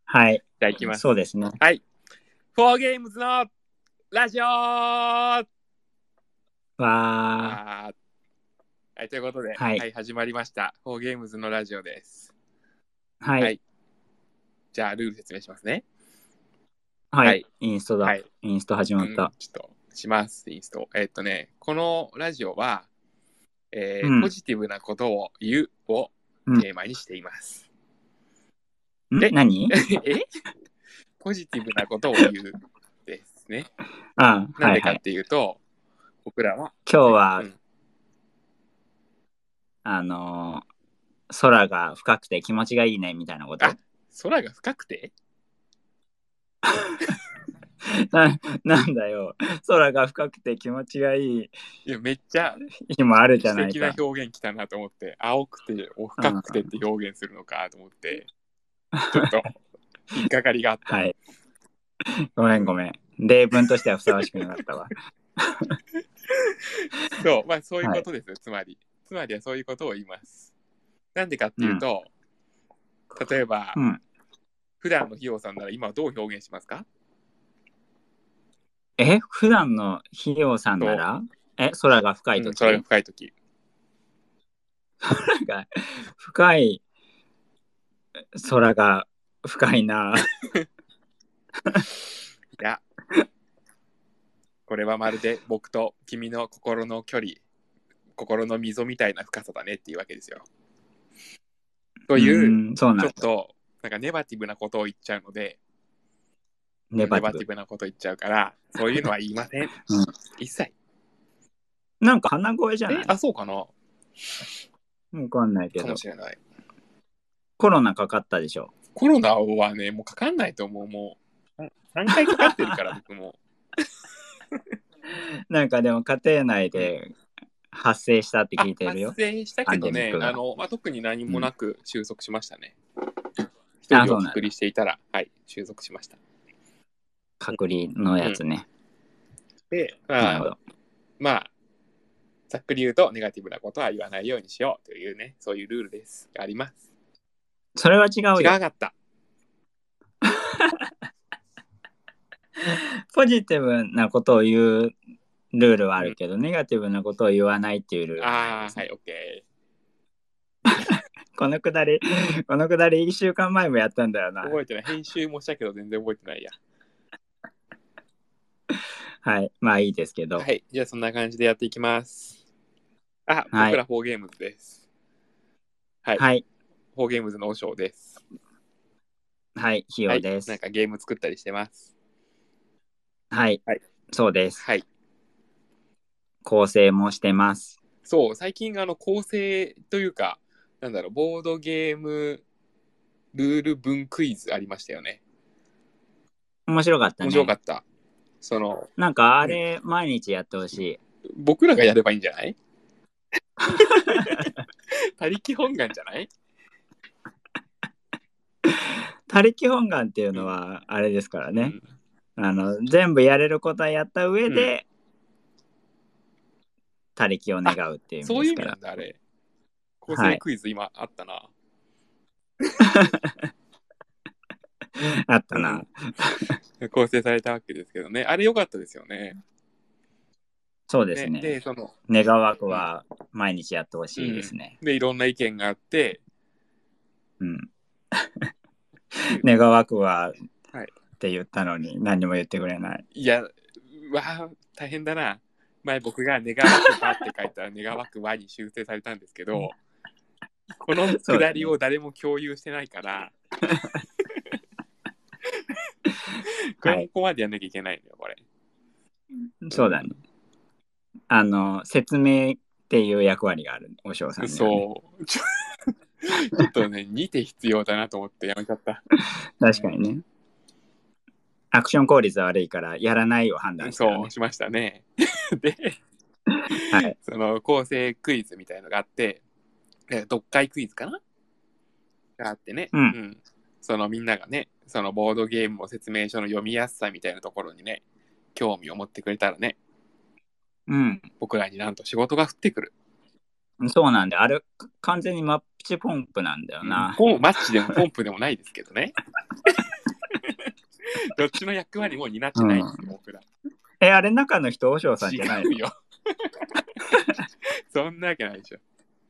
はい。 じゃあ行きます。 そうですね。 はい。フォーゲームズのラジオわー。 はい、ということで、 はい。 始まりました。フォーゲームズのラジオです。 はい。 じゃあ、ルール説明しますね。 はい。インストだ。インスト始まった。 ちょっとします、インスト。このラジオは、ポジティブなことを言うをテーマにしています。 何ポジティブなことを言うですね。なんでかっていうと、僕らは今日は、空が深くて気持ちがいいねみたいなこと？ 空が深くてなんだよ。空が深くて気持ちがいい。 いや、めっちゃ今あるじゃないか。 素敵な表現きたなと思って、青くて深くてって表現するのかと思って、ちょっと引っかかりがあった。 はい。ごめん。例文としてはふさわしくなかったわ。 そう、そういうことです、つまりはそういうことを言います。なんでかっていうと、例えば、普段のひようさんなら今はどう表現しますか？ 普段のひようさんなら空が深いとき？ 空が深いとき。 空が深い、空が深いな。 いや、これはまるで僕と君の心の距離、心の溝みたいな深さだねっていうわけですよ。という、ちょっとなんかネガティブなことを言っちゃうので、ネガティブなこと言っちゃうから、そういうのは言いません。一切。 なんか鼻声じゃない？ そうかな？ わかんないけど。 かもしれない。 コロナかかったでしょ？ コロナはね、もうかかんないと思う。もう3回かかってるから僕も。 なんかでも家庭内で発生したって聞いてるよ。 発生したけどね、特に何もなく収束しましたね。一人を隔離していたら、収束しました。 隔離のやつね。 で、ざっくり言うとネガティブなことは言わないようにしようというね、そういうルールですがあります。 それは違うよ。 違かった。 ポジティブなことを言うルールはあるけど、ネガティブなことを言わないっていうルールはないですね。 OK。 このくだり1週間前もやったんだよな。 覚えてない。編集もしたけど全然覚えてないや。 はい。まあいいですけど。 はい。じゃあそんな感じでやっていきます。僕らフォーゲームズです。はい。フォーゲームズのおしょうです。 はい。ひよです。 なんかゲーム作ったりしてます。 はい。そうです。 はい。 構成もしてます。 そう、最近構成というか、ボードゲームルール文クイズありましたよね。 面白かったね。 面白かった。 なんかあれ、毎日やってほしい。 僕らがやればいいんじゃない？他力本願じゃない？ 他力本願っていうのはあれですからね。全部やれることはやった上で、他力を願うっていう意味ですから。 そういう意味なんだ、あれ。構成クイズ今あったな。 あったな。 構成されたわけですけどね。あれ良かったですよね。 そうですね。で、願わくは毎日やってほしいですね。 で、いろんな意見があって、 願わくはって言ったのに何も言ってくれない。 いや、大変だな。前僕が願わくばって書いたら願わくはに修正されたんですけど、このくだりを誰も共有してないから、ここまでやんなきゃいけないのよ、これ。 そうだね。説明っていう役割がある、おしょうさんにはね。 そう。ちょっとね、2手必要だなと思ってやめちゃった。 確かにね。アクション効率悪いからやらないを判断した、ね。 そうしましたね。で、その構成クイズみたいのがあって、読解クイズかながあってね、そのみんながね、そのボードゲームの説明書の読みやすさみたいなところにね、興味を持ってくれたらね、僕らになんと仕事が降ってくる。 そうなんで、あれ完全にマッチポンプなんだよな。 マッチでもポンプでもないですけどね。 どっちの役割も担ってないんですよ、僕ら。 あれ中の人、和尚さんじゃないの？ 違うよ。そんなわけないでしょ。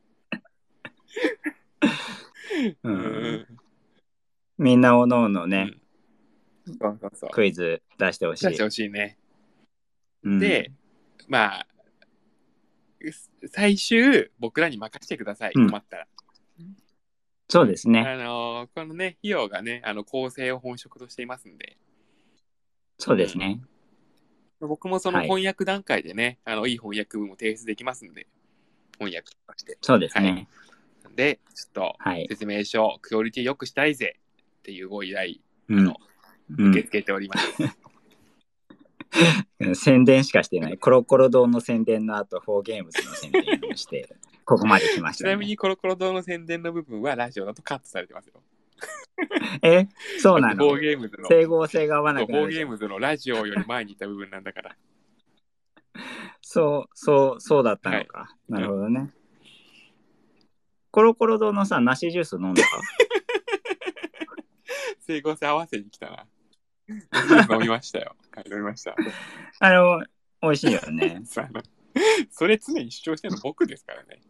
みんなおのおのね、 そうクイズ出してほしい。 出してほしいね。で、まあ、最終、僕らに任せてください、困ったら。 そうですね。 このね、費用がね、構成を本職としていますんで。 そうですね。 僕もその翻訳段階でね、いい翻訳文を提出できますんで、翻訳として。 そうですね。 で、ちょっと、説明書、クオリティ良くしたいぜっていうご依頼、受け付けております。 宣伝しかしてない。コロコロ堂の宣伝の後、フォーゲームズの宣伝をして、ここまで来ました、ね。 ちなみにコロコロ堂の宣伝の部分はラジオだとカットされてますよ。 そうなの？ フォーゲームズの整合性が合わなくなる。 フォーゲームズのラジオより前にいた部分なんだから。 そうだったのか。なるほどね。コロコロ堂のさ、梨ジュース飲んだか？ 整合性合わせに来たな。飲みましたよ。飲みました。 美味しいよね。 それ常に主張してるの僕ですからね。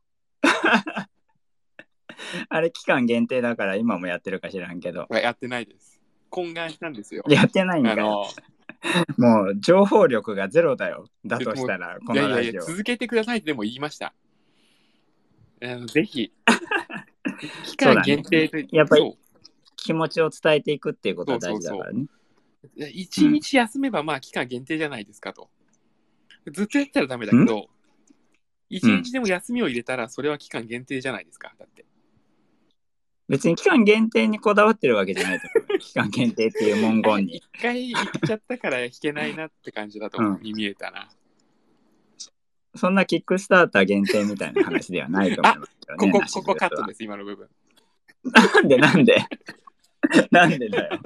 あれ期間限定だから今もやってるか知らんけど。 やってないです。懇願したんですよ。 やってないんだよ。もう情報力がゼロだよ。だとしたらこのラジオ。 いや続けてくださいってでも言いました。ぜひ期間限定で、 やっぱり気持ちを伝えていくっていうことは大事だからね。 一日休めばまあ期間限定じゃないですかと。ずっとやったらダメだけど、一日でも休みを入れたらそれは期間限定じゃないですか。だって別に期間限定にこだわってるわけじゃないと思う。期間限定っていう文言に。 一回行っちゃったから弾けないなって感じだとに見えたな。 そんなキックスターター限定みたいな話ではないと思いますよね。 ここカットです、今の部分。 なんでなんでだよ。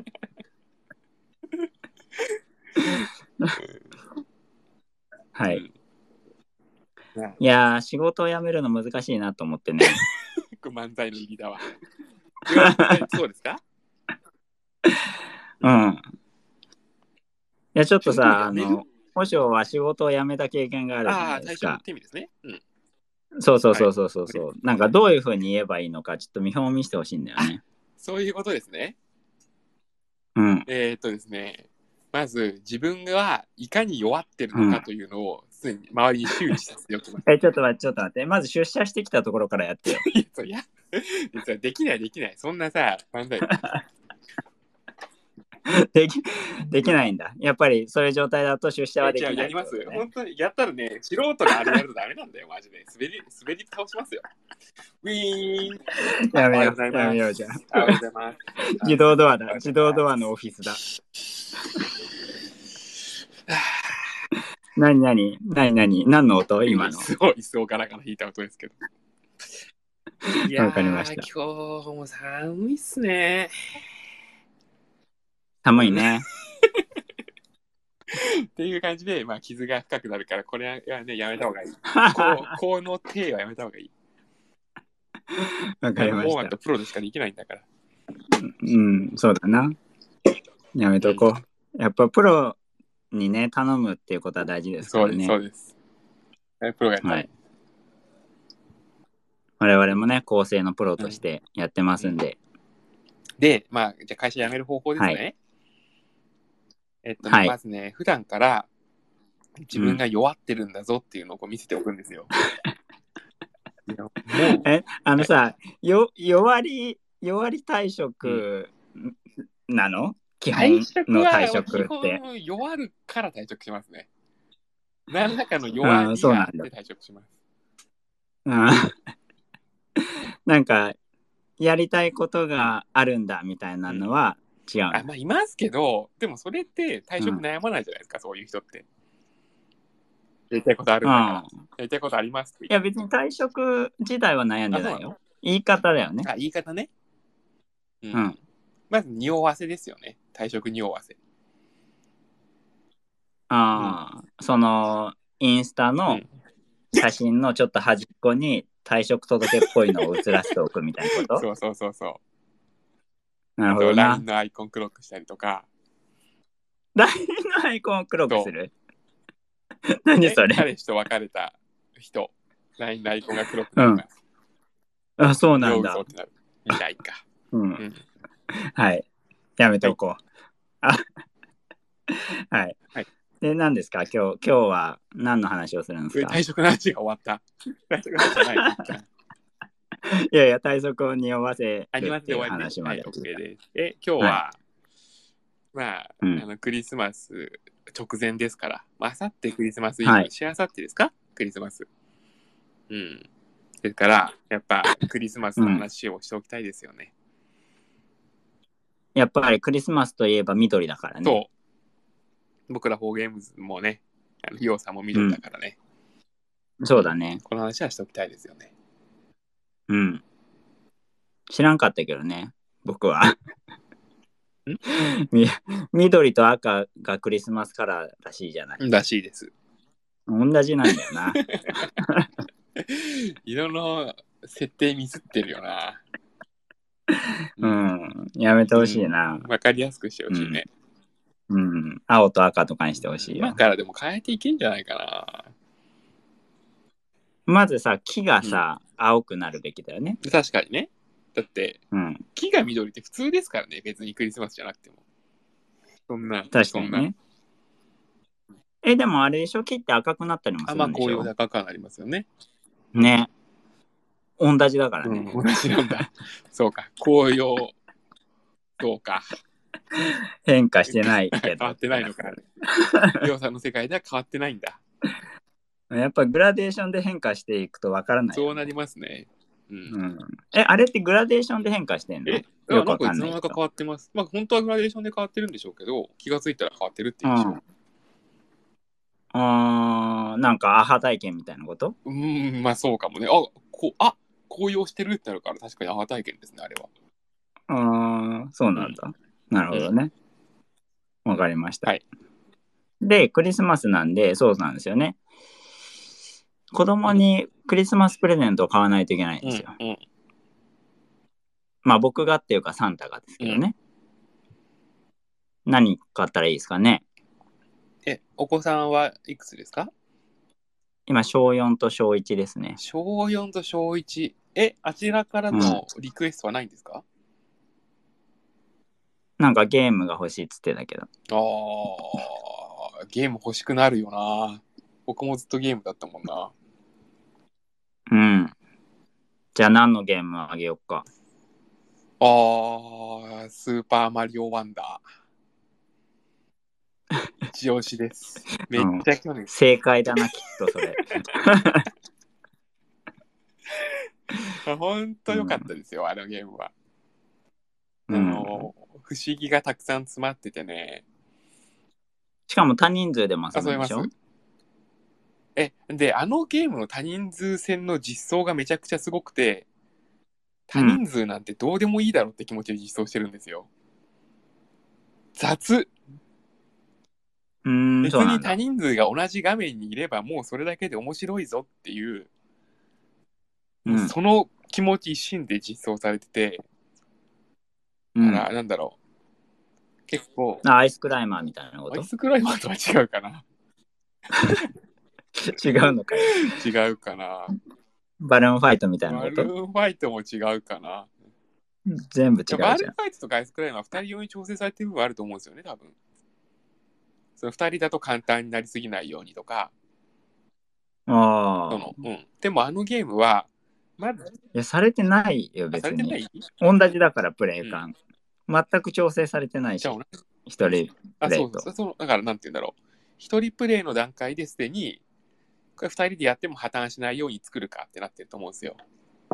はい。いやー、仕事を辞めるの難しいなと思ってね。 漫才の入りだわ。そうですか？ うん。いや、ちょっとさ、和尚は仕事を辞めた経験があるじゃないですか。 最初のって意味ですね。 そう。なんかどういうふうに言えばいいのか、ちょっと見本を見せてほしいんだよね。 そういうことですね。ですね。まず自分がいかに弱ってるのかというのを常に周りに周知させておきます。 ちょっと待って。まず出社してきたところからやってよ。 いや、できない。そんなさ、漫才。 できないんだ。やっぱりそういう状態だと出社はできない、 やります。本当にやったらね、素人があれやるとダメなんだよ、マジで。滑り倒しますよ。ウィーン。 やめようじゃん。自動ドアだ。自動ドアのオフィスだ。何の音？今の。 椅子をガラガラ引いた音ですけど。 わかりました。 今日も寒いっすね。 寒いね。 っていう感じで、まあ、傷が深くなるから、これはね、やめた方がいい。この手はやめた方がいい。 わかりました。 オーガンとプロでしかできないんだから。 そうだな。やめとこう。やっぱプロにね、頼むっていうことは大事ですからね。 そうです。プロがやった。はい。 我々もね、構成のプロとしてやってますんで。 で、まあ、じゃあ会社辞める方法ですね。まずね、普段から自分が弱ってるんだぞっていうのをこう見せておくんですよ。 さ、弱り退職なの？基本の退職って。 弱るから退職しますね。何らかの弱りがあって退職します。 なんか、やりたいことがあるんだみたいなのは違う。 まあ、いますけど、でもそれって退職悩まないじゃないですか、そういう人って。やりたいことあるんだから。やりたいことありますって。 いや、別に退職自体は悩んでないよ。言い方だよね。 言い方ね。まず、匂わせですよね。退職匂わせ。 その、インスタの写真のちょっと端っこに退職届っぽいのを写らせておくみたいなこと？ そう。 なるほどな。 LINE のアイコンクロックしたりとか。 LINE のアイコンを黒くする何それ。 彼氏と別れた人、LINE のアイコンが黒くなります。 あ、そうなんだ。 よう嘘ってなる。みたいか。 はい。やめておこう。はい。で、何ですか今日は何の話をするんですか？ 退職の話が終わった。退職の話じゃない。 いやいや、退職を匂わせるっていう話まで。 OK です。今日は、クリスマス直前ですから、あさってクリスマスイブ、しあさってですか？クリスマス。ですから、やっぱクリスマスの話をしておきたいですよね。 やっぱりクリスマスといえば緑だからね。 そう。僕らフォーゲームズもね、ヒヨさんも緑だからね。 そうだね。 この話はしておきたいですよね。 知らんかったけどね、僕は。緑と赤がクリスマスカラーらしいじゃない。 らしいです。 同じなんだよな。 色の設定ミスってるよな。 やめてほしいな。 わかりやすくしてほしいね。 青と赤とかにしてほしいよ。 今からでも変えていけんじゃないかな。 まずさ、木がさ、青くなるべきだよね。 確かにね。だって、木が緑って普通ですからね。別にクリスマスじゃなくても。そんな。 確かにね。でもあれでしょ、木って赤くなったりもするんでしょ。 紅葉で赤くなりますよね。 ね。同じだからね。 同じなんだ。そうか。紅葉。そうか。 変化してないけど。 変わってないのか。りょうさんの世界では変わってないんだ。 やっぱグラデーションで変化していくとわからない。 そうなりますね。 あれってグラデーションで変化してんの？よくわかんない。いつの間にか変わってます。本当はグラデーションで変わってるんでしょうけど、気がついたら変わってるって言うんでしょう。 なんかアハ体験みたいなこと？ そうかもね。紅葉してるってなるから確かにアハ体験ですね、あれは。そうなんだ。なるほどね。わかりました。で、クリスマスなんで、そうなんですよね。子供にクリスマスプレゼントを買わないといけないんですよ。僕がっていうかサンタがですけどね。何買ったらいいですかね。 お子さんはいくつですか？ 今、小4と小1ですね。 小4と小1。あちらからのリクエストはないんですか？ なんかゲームが欲しいっつってたけど。 ゲーム欲しくなるよな。僕もずっとゲームだったもんな。 じゃあ何のゲームをあげようか。 スーパーマリオワンダー。一押しです。めっちゃ興味、 正解だな、きっとそれ。 ほんと良かったですよ、あのゲームは。不思議がたくさん詰まっててね。 しかも多人数でも遊べるでしょ？ で、あのゲームの多人数戦の実装がめちゃくちゃすごくて、多人数なんてどうでもいいだろって気持ちで実装してるんですよ。雑。別に他人数が同じ画面にいればもうそれだけで面白いぞっていう、その気持ち一心で実装されてて、なんだろう。結構。 アイスクライマーみたいなこと？ アイスクライマーとは違うかな。 違うのかよ。 違うかな。 バルーンファイトみたいなこと？ バルーンファイトも違うかな。 全部違うじゃん。 バルーンファイトとかアイスクライマー2人用に調整されてる部分あると思うんですよね、多分。その2人だと簡単になりすぎないようにとか。でもあのゲームは、まず。 いや、されてないよ、別に。されてない？同じだから、プレイ感。全く調整されてないし。一人プレイと。 だからなんて言うんだろう。一人プレイの段階ですでに、これ2人でやっても破綻しないように作るかってなってると思うんですよ。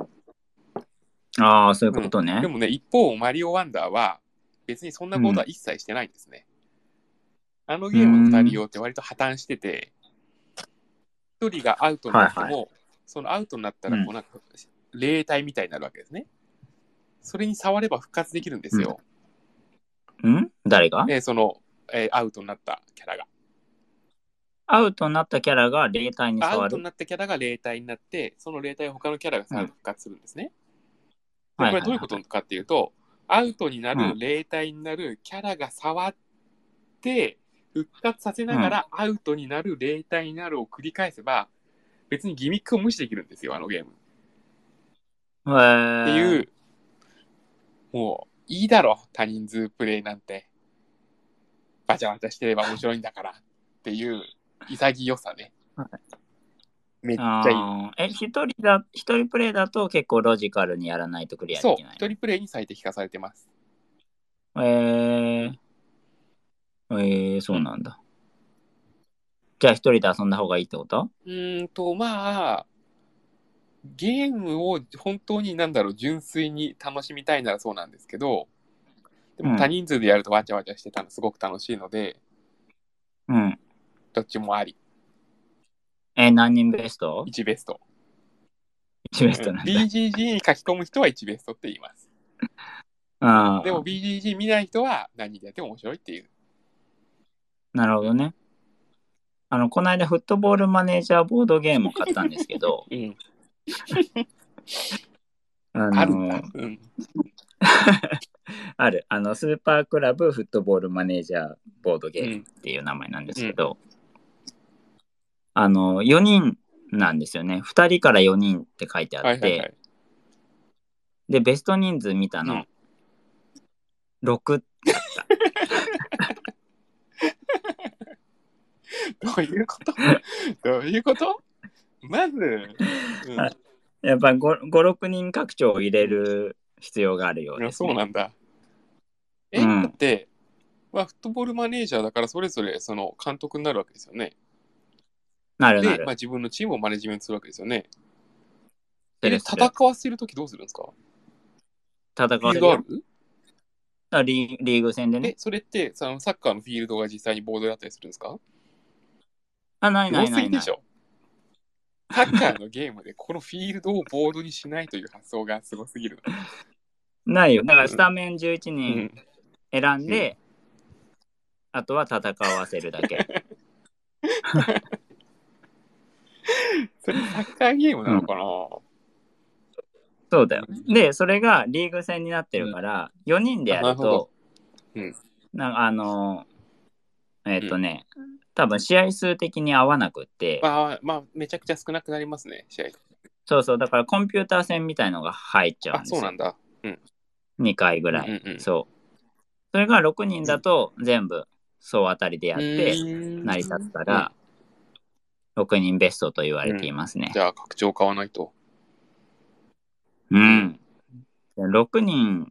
そういうことね。 でもね、一方、マリオワンダーは、別にそんなことは一切してないんですね。あのゲームの2人用って割と破綻してて、1人がアウトになっても、そのアウトになったらこうなんか霊体みたいになるわけですね。それに触れば復活できるんですよ。 誰が？ アウトになったキャラが。 アウトになったキャラが霊体に触る？ アウトになったキャラが霊体になって、その霊体を他のキャラが触ると復活するんですね。これどういうことかっていうと、アウトになる霊体になるキャラが触って、 復活させながらアウトになる、0対になるを繰り返せば、別にギミックを無視できるんですよ、あのゲーム。っていう、もう、いいだろ、多人数プレイなんて。バチャバチャしてれば面白いんだからっていう潔さね。めっちゃいい。 一人プレイだと結構ロジカルにやらないとクリアできない。 そう、一人プレイに最適化されてます。 そうなんだ。じゃあ一人で遊んだ方がいいってこと？ まあ、ゲームを本当に純粋に楽しみたいならそうなんですけど、でも多人数でやるとわちゃわちゃしてたのすごく楽しいので、どっちもあり。 何人ベスト ？1ベスト。 1ベストなんだ。 BGG に書き込む人は1ベストって言います。でも BGG 見ない人は何人でやっても面白いっていう。 なるほどね。この間フットボールマネージャーボードゲームを買ったんですけど、 あるんだ。 ある。スーパークラブフットボールマネージャーボードゲームっていう名前なんですけど、4人なんですよね。2人から4人って書いてあって、で、ベスト人数見たの、6だった。 どういうことまず、 やっぱり5、6人拡張を入れる必要があるようですね。 そうなんだ。だって、フットボールマネージャーだからそれぞれその監督になるわけですよね。 なる。 で、自分のチームをマネジメントするわけですよね。戦わせるときどうするんですか？ 戦わせるフィールドある？リーグ戦でね。 それってサッカーのフィールドが実際にボードだったりするんですか？ ない。 でしょ。サッカーのゲームでこのフィールドをボードにしないという発想がすごすぎる。 ないよ。だからスタメン11人選んで、あとは戦わせるだけ。 それサッカーゲームなのかな？ そうだよ。で、それがリーグ戦になってるから、4人でやると、多分試合数的に合わなくって。 めちゃくちゃ少なくなりますね、試合。 そう、だからコンピューター戦みたいのが入っちゃうんですよ。 そうなんだ。 2回ぐらい。そう。それが6人だと全部総当たりでやって成り立つから、6人ベストと言われていますね。 じゃあ拡張買わないと。 6人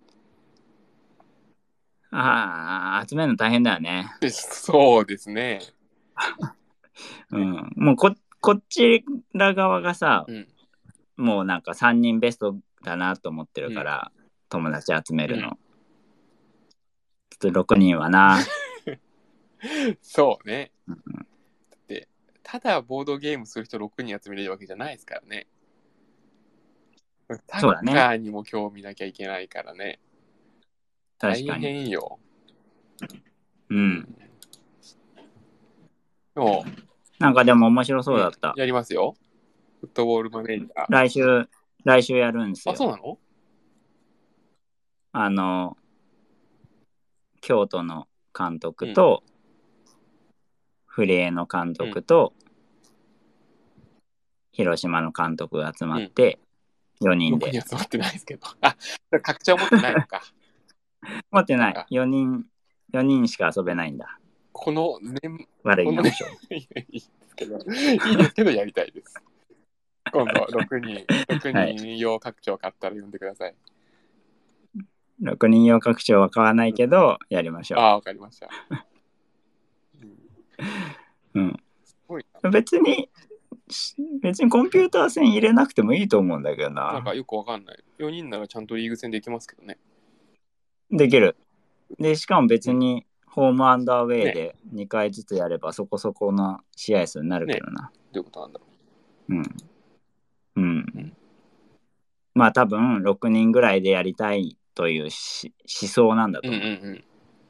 集めるの大変だよね。 そうですね。 もうこっちら側がさ、もうなんか3人ベストだなと思ってるから、友達集めるの。ちょっと6人はな。 そうね。だってただボードゲームする人6人集めれるわけじゃないですからね。サッカーにも興味なきゃいけないからね。大変よ。 なんかでも面白そうだった。 やりますよ。フットボールマネージャー。 来週やるんですよ。 そうなの？京都の監督と、古江の監督と、広島の監督が集まって、4人で。 僕に集まってないですけど。拡張持ってないのか。 持ってない。4人しか遊べないんだ。 この悪いなでしょ。 いいですけどやりたいです。今度6人用拡張買ったら呼んでください。 6人用拡張は買わないけど、やりましょう。 わかりました。 別にコンピューター戦入れなくてもいいと思うんだけどな。 なんかよくわかんない。4人ならちゃんとリーグ戦できますけどね。 できる。で、しかも別にホームアンダーウェイで2回ずつやればそこそこな試合数になるけどな。 どういうことなんだろう。まあ多分6人ぐらいでやりたいという思想なんだと思う。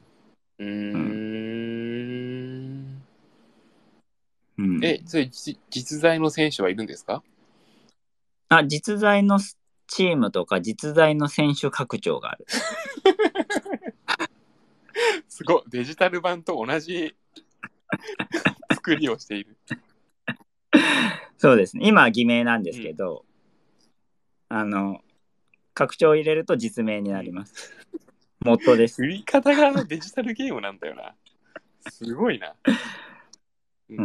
それ実在の選手はいるんですか？ 実在のチームとか実在の選手拡張がある。 すごい、デジタル版と同じ作りをしている。 そうですね。今は偽名なんですけど、拡張を入れると実名になります。モットです。 売り方がデジタルゲームなんだよな。すごいな。 うん。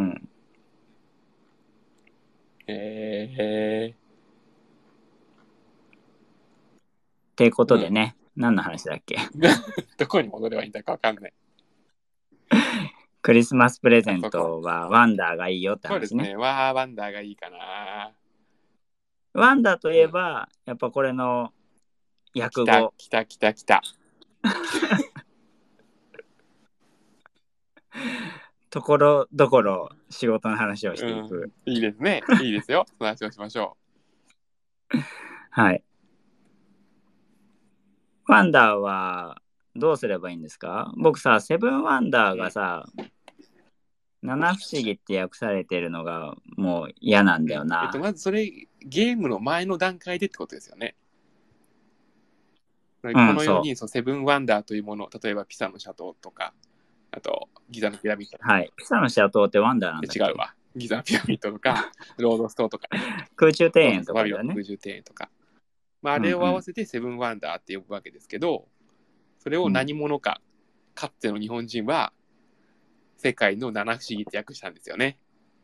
ってことでね、何の話だっけ？ どこに戻ればいいんだかわかんない。 クリスマスプレゼントはワンダーがいいよって話ね。 そうですね。ワンダーがいいかな。 ワンダーといえば、やっぱこれの訳語。 来た。 ところどころ仕事の話をしていく。 いいですね。いいですよ。その話をしましょう。はい。ワンダーはどうすればいいんですか？僕さ、セブンワンダーがさ、七不思議って訳されてるのがもう嫌なんだよな。 まずそれゲームの前の段階でってことですよね。このようにセブンワンダーというもの、例えばピサのシャトーとか、あとギザのピラミッド。 はい。ピサのシャトーってワンダーなんだっけ？ 違うわ。ギザのピラミッドとか、ロードストーとか、 空中庭園とかだよね。 空中庭園とか。あれを合わせてセブンワンダーって呼ぶわけですけど、それを何者か、かつての日本人は世界の七不思議って訳したんですよね。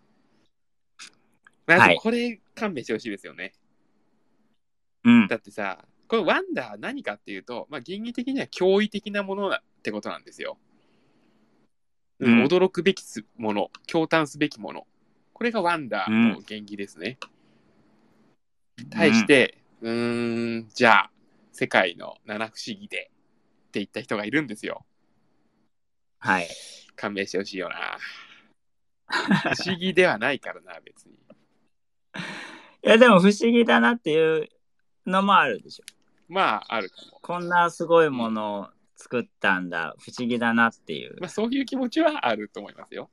まずこれ勘弁してほしいですよね。だってさ、これワンダー何かっていうと、原理的には驚異的なものってことなんですよ。驚くべきもの、驚嘆すべきもの。これがワンダーの原理ですね。対して、じゃあ、世界の七不思議でって言った人がいるんですよ。 はい。 勘弁してほしいよな。不思議ではないからな、別に。 いや、でも不思議だなっていうのもあるでしょ。 あるかも。 こんなすごいものを作ったんだ、不思議だなっていう。 そういう気持ちはあると思いますよ。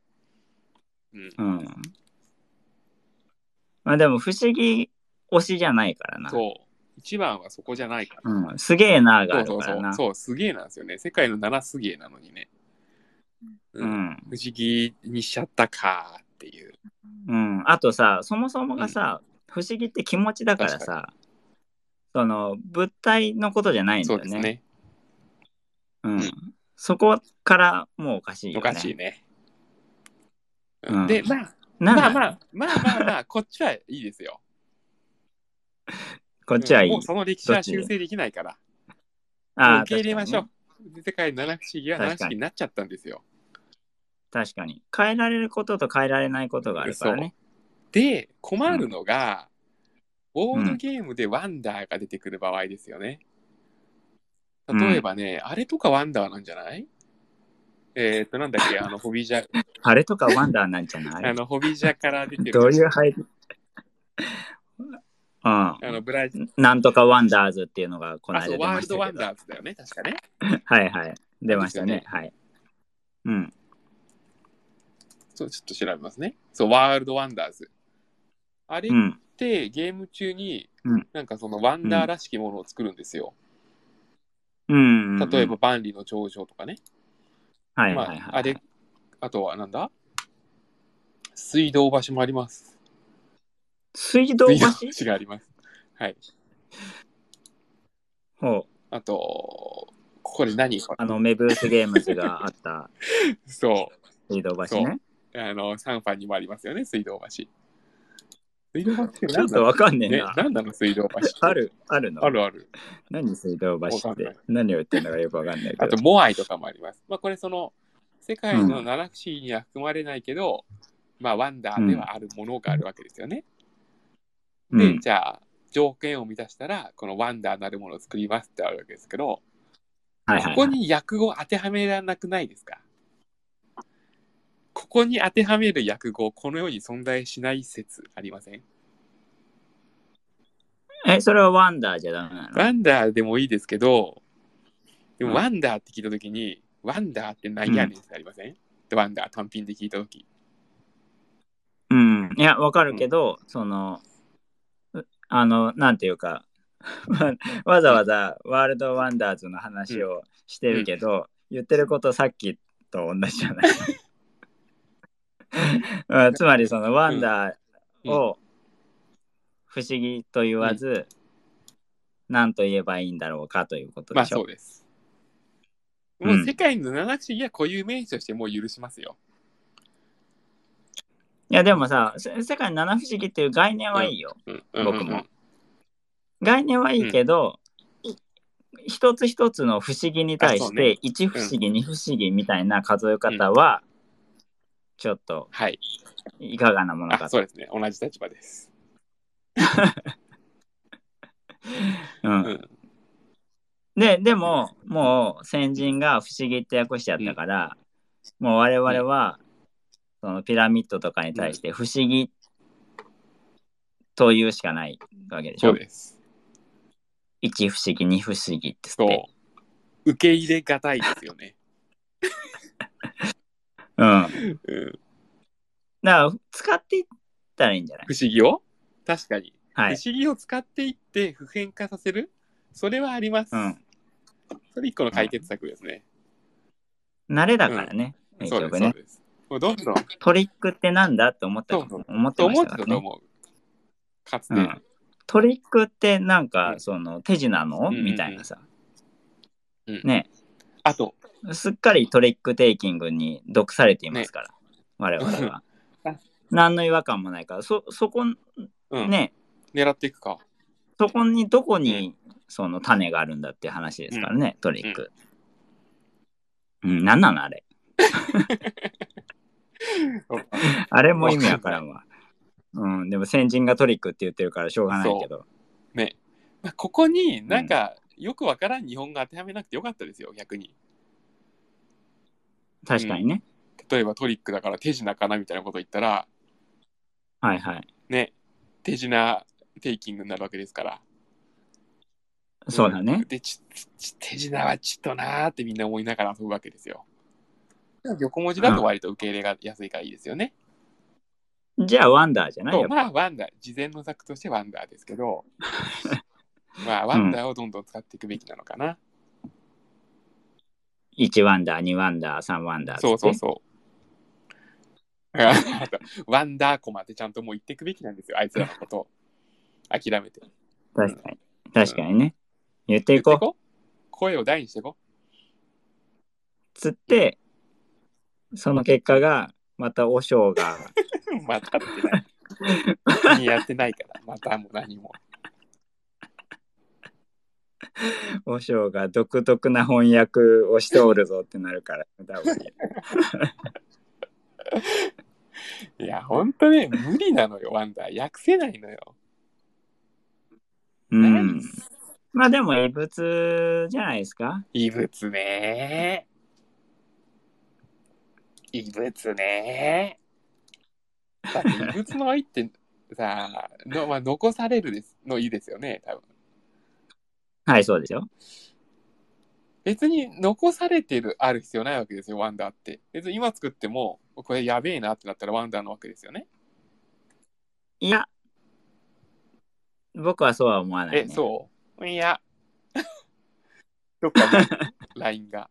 でも不思議推しじゃないからな。 そう。一番はそこじゃないから。すげえながあるからな。 そう、すげえなんですよね。世界の7すげえなのにね。不思議にしちゃったかっていう。 あとさ、そもそもがさ、不思議って気持ちだからさ、その物体のことじゃないんだよね。そうですね。そこからもうおかしいよね。 おかしいね。で、まあ、こっちはいいですよ。 こっちはいい。 もうその歴史は修正できないから。受け入れましょう。世界の七不思議は七不思議になっちゃったんですよ。 確かに。変えられることと変えられないことがあるからね。 で、困るのが、ボードゲームでワンダーが出てくる場合ですよね。例えばね、あれとかワンダーなんじゃない？なんだっけ、ホビジャ。 あれとかワンダーなんじゃない？ ホビジャから出てる。 どういう入り？なんとかワンダーズっていうのがこの間出ましたけど。 ワールドワンダーズだよね、確かね。 はいはい。出ましたね。はい。 ちょっと調べますね。そう、ワールドワンダーズ。あれってゲーム中に、なんかそのワンダーらしきものを作るんですよ。例えば万里の長城とかね。 はいはいはい。 あれ、あとはなんだ？水道橋もあります。 水道橋があります。はい。あと、ここで何？ メブースゲームズがあった。 そう。 水道橋ね。 サンファンにもありますよね、水道橋。水道橋ってちょっとわかんねえな。 何なの水道橋って。 あるの？ ある。 何水道橋って。何を言ってるのかよくわかんないけど。 あと、モアイとかもあります。これ世界の七不思議には含まれないけど、ワンダーではあるものがあるわけですよね。で、じゃあ、条件を満たしたら、このワンダーなるものを作りますってあるわけですけど、ここに訳語当てはめらなくないですか？ここに当てはめる訳語、この世に存在しない説ありません？ それはワンダーじゃダメなの？ ワンダーでもいいですけど、でもワンダーって聞いたときに、ワンダーって何やねんってありません？ワンダー単品で聞いたとき。 いや、わかるけど、なんていうか、わざわざワールドワンダーズの話をしてるけど、言ってることさっきと同じじゃない。 つまりそのワンダーを不思議と言わず、何と言えばいいんだろうかということでしょ。 まあそうです。もう世界の七不思議は固有名詞としてもう許しますよ。 いやでもさ、世界の七不思議っていう概念はいいよ、僕も。概念はいいけど、一つ一つの不思議に対して、1不思議、2不思議みたいな数え方は、ちょっと、いかがなものかと。 そうですね、同じ立場です。 でも、もう先人が不思議って訳しちゃったから、もう我々は、そのピラミッドとかに対して不思議というしかないわけでしょ。そうです。1不思議、2不思議ってって。 受け入れがたいですよね。 だから使っていったらいいんじゃない？ 不思議を確かに、不思議を使っていって普遍化させる、それはあります。それ一個の解決策ですね。 慣れだからね。 そうです、そうです。もうどんどんトリックってなんだって思ってましたからね。 と思う。かつて、 トリックってなんかその手品のみたいなさ。ね。 あとすっかりトリックテイキングに毒されていますから、我々は。何の違和感もないから、そこね、 狙っていくか。 そこにどこにその種があるんだっていう話ですからね、トリック。何なのあれ。あれも意味わからんわ。でも先人がトリックって言ってるからしょうがないけど。 ね。ここになんかよくわからん日本語当てはめなくてよかったですよ、逆に。 確かにね。 例えばトリックだから手品かなみたいなこと言ったら、 はいはい。 ね、手品テイキングになるわけですから。 そうだね。 で、手品はちっとなーってみんな思いながら遊ぶわけですよ。横文字だと割と受け入れが安いからいいですよね。 じゃあワンダーじゃない？ まあワンダー、事前の策としてワンダーですけど、まあワンダーをどんどん使っていくべきなのかな。 1ワンダー、2ワンダー、3ワンダー。 そう。ワンダーコマってちゃんともう言っていくべきなんですよ、あいつらのことを。諦めて。 確かにね。言っていこう。 声を大にしていこう。つって、その結果が、また和尚が。 またってない。やってないから、またも何も。 和尚が独特な翻訳をしておるぞってなるから、 いや、ほんとね、無理なのよ、ワンダー。訳せないのよ。 まあでも異物じゃないですか。 異物ね。異物ね。だって異物の愛ってさ、残されるのいいですよね、多分。 はい、そうですよ。 別に残されてある必要ないわけですよ、ワンダーって。別に今作っても、これやべえなってなったらワンダーのわけですよね。 いや、僕はそうは思わないね。 そういや。どっかラインが。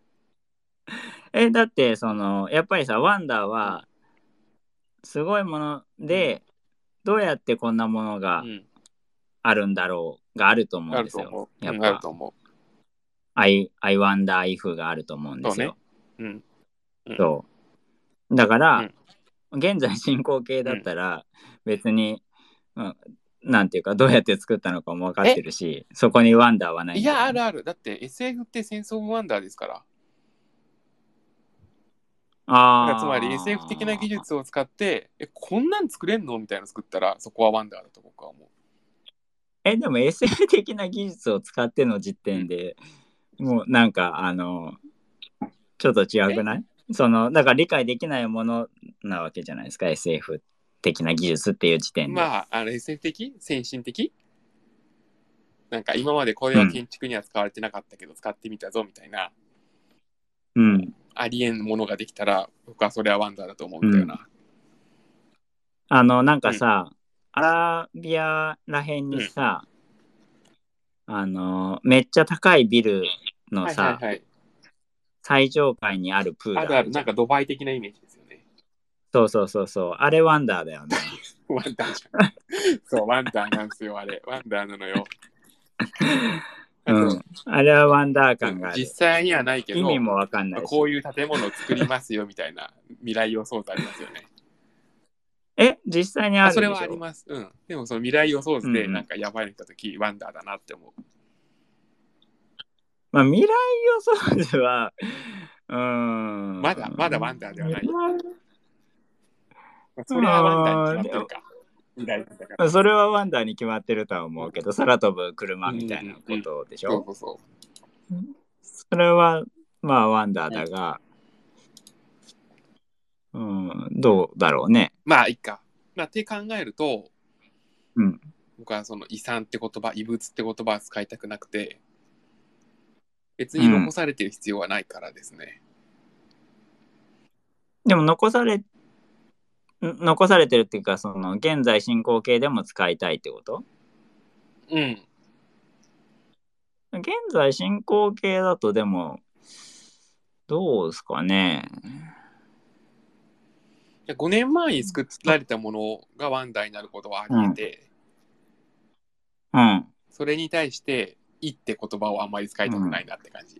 だってやっぱりさ、ワンダーはすごいもので、どうやってこんなものがあるんだろうがあると思うんですよ。やっぱ。あると思う。I wonder if があると思うんですよ。そう。だから、現在進行形だったら別に、なんていうかどうやって作ったのかも分かってるし、そこにワンダーはないんじゃない？ いや、ある。だって SF って戦争ワンダーですから。つまり SF 的な技術を使ってこんなん作れんのみたいなの作ったらそこはワンダーだと僕は思う。 でも SF 的な技術を使っての時点で、もうなんかちょっと違くない？だから理解できないものなわけじゃないですか、 SF 的な技術っていう時点で。 まあSF 的先進的なんか今までこれは建築には使われてなかったけど使ってみたぞみたいな、ありえんものができたら僕はそれはワンダーだと思うんだよな。 なんかさ、アラビアらへんにさ、めっちゃ高いビルのさ、最上階にあるプールある。なんかドバイ的なイメージですよね。 そうそうそうそう。あれワンダーだよね。 ワンダーじゃん。そう、ワンダーなんですよ、あれ。ワンダーなのよ。 うん。あれはワンダー感がある。 実際にはないけど、 意味もわかんないし。 こういう建物を作りますよみたいな未来予想図ありますよね。 実際にあるでしょ。 それはあります。うん。でもその未来予想図でなんかやばいの来たとき、ワンダーだなって思う。 まあ未来予想図は、 まだワンダーではない。それはワンダーに決まってるか。未来だから。 それはワンダーに決まってるとは思うけど、空飛ぶ車みたいなことでしょ。 そうそうそう。それはまあワンダーだが、どうだろうね。 まあいいか。まあって考えると、僕はその遺産って言葉、遺物って言葉は使いたくなくて、別に残されてる必要はないからですね。 でも残されてるっていうか、その現在進行形でも使いたいってこと？ うん。 現在進行形だとでもどうですかね。 5年前に作られたものがワンダーになることはあり得て、それに対して「い」って言葉をあんまり使いたくないなって感じ。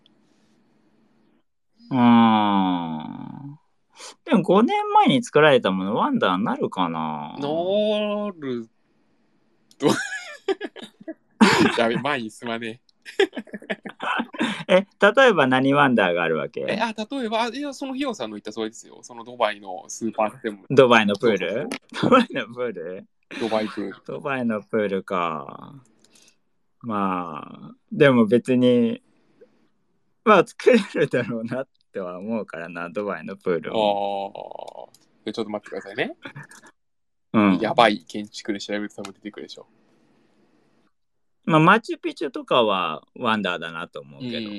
でも5年前に作られたものワンダーになるかな。 なるとやべ、前に進まねえ。例えば何ワンダーがあるわけ？ 例えば、いや、そのヒヨさんの言ったそうですよ。そのドバイのスーパーテム。 ドバイのプール？ドバイのプール？ ドバイプール。 ドバイのプールか。まあ、でも別に、まあ作れるだろうなっては思うからな、ドバイのプールも。で、ちょっと待ってくださいね。やばい建築で調べると多分出てくるでしょ。 まあ、マチュピチュとかはワンダーだなと思うけど。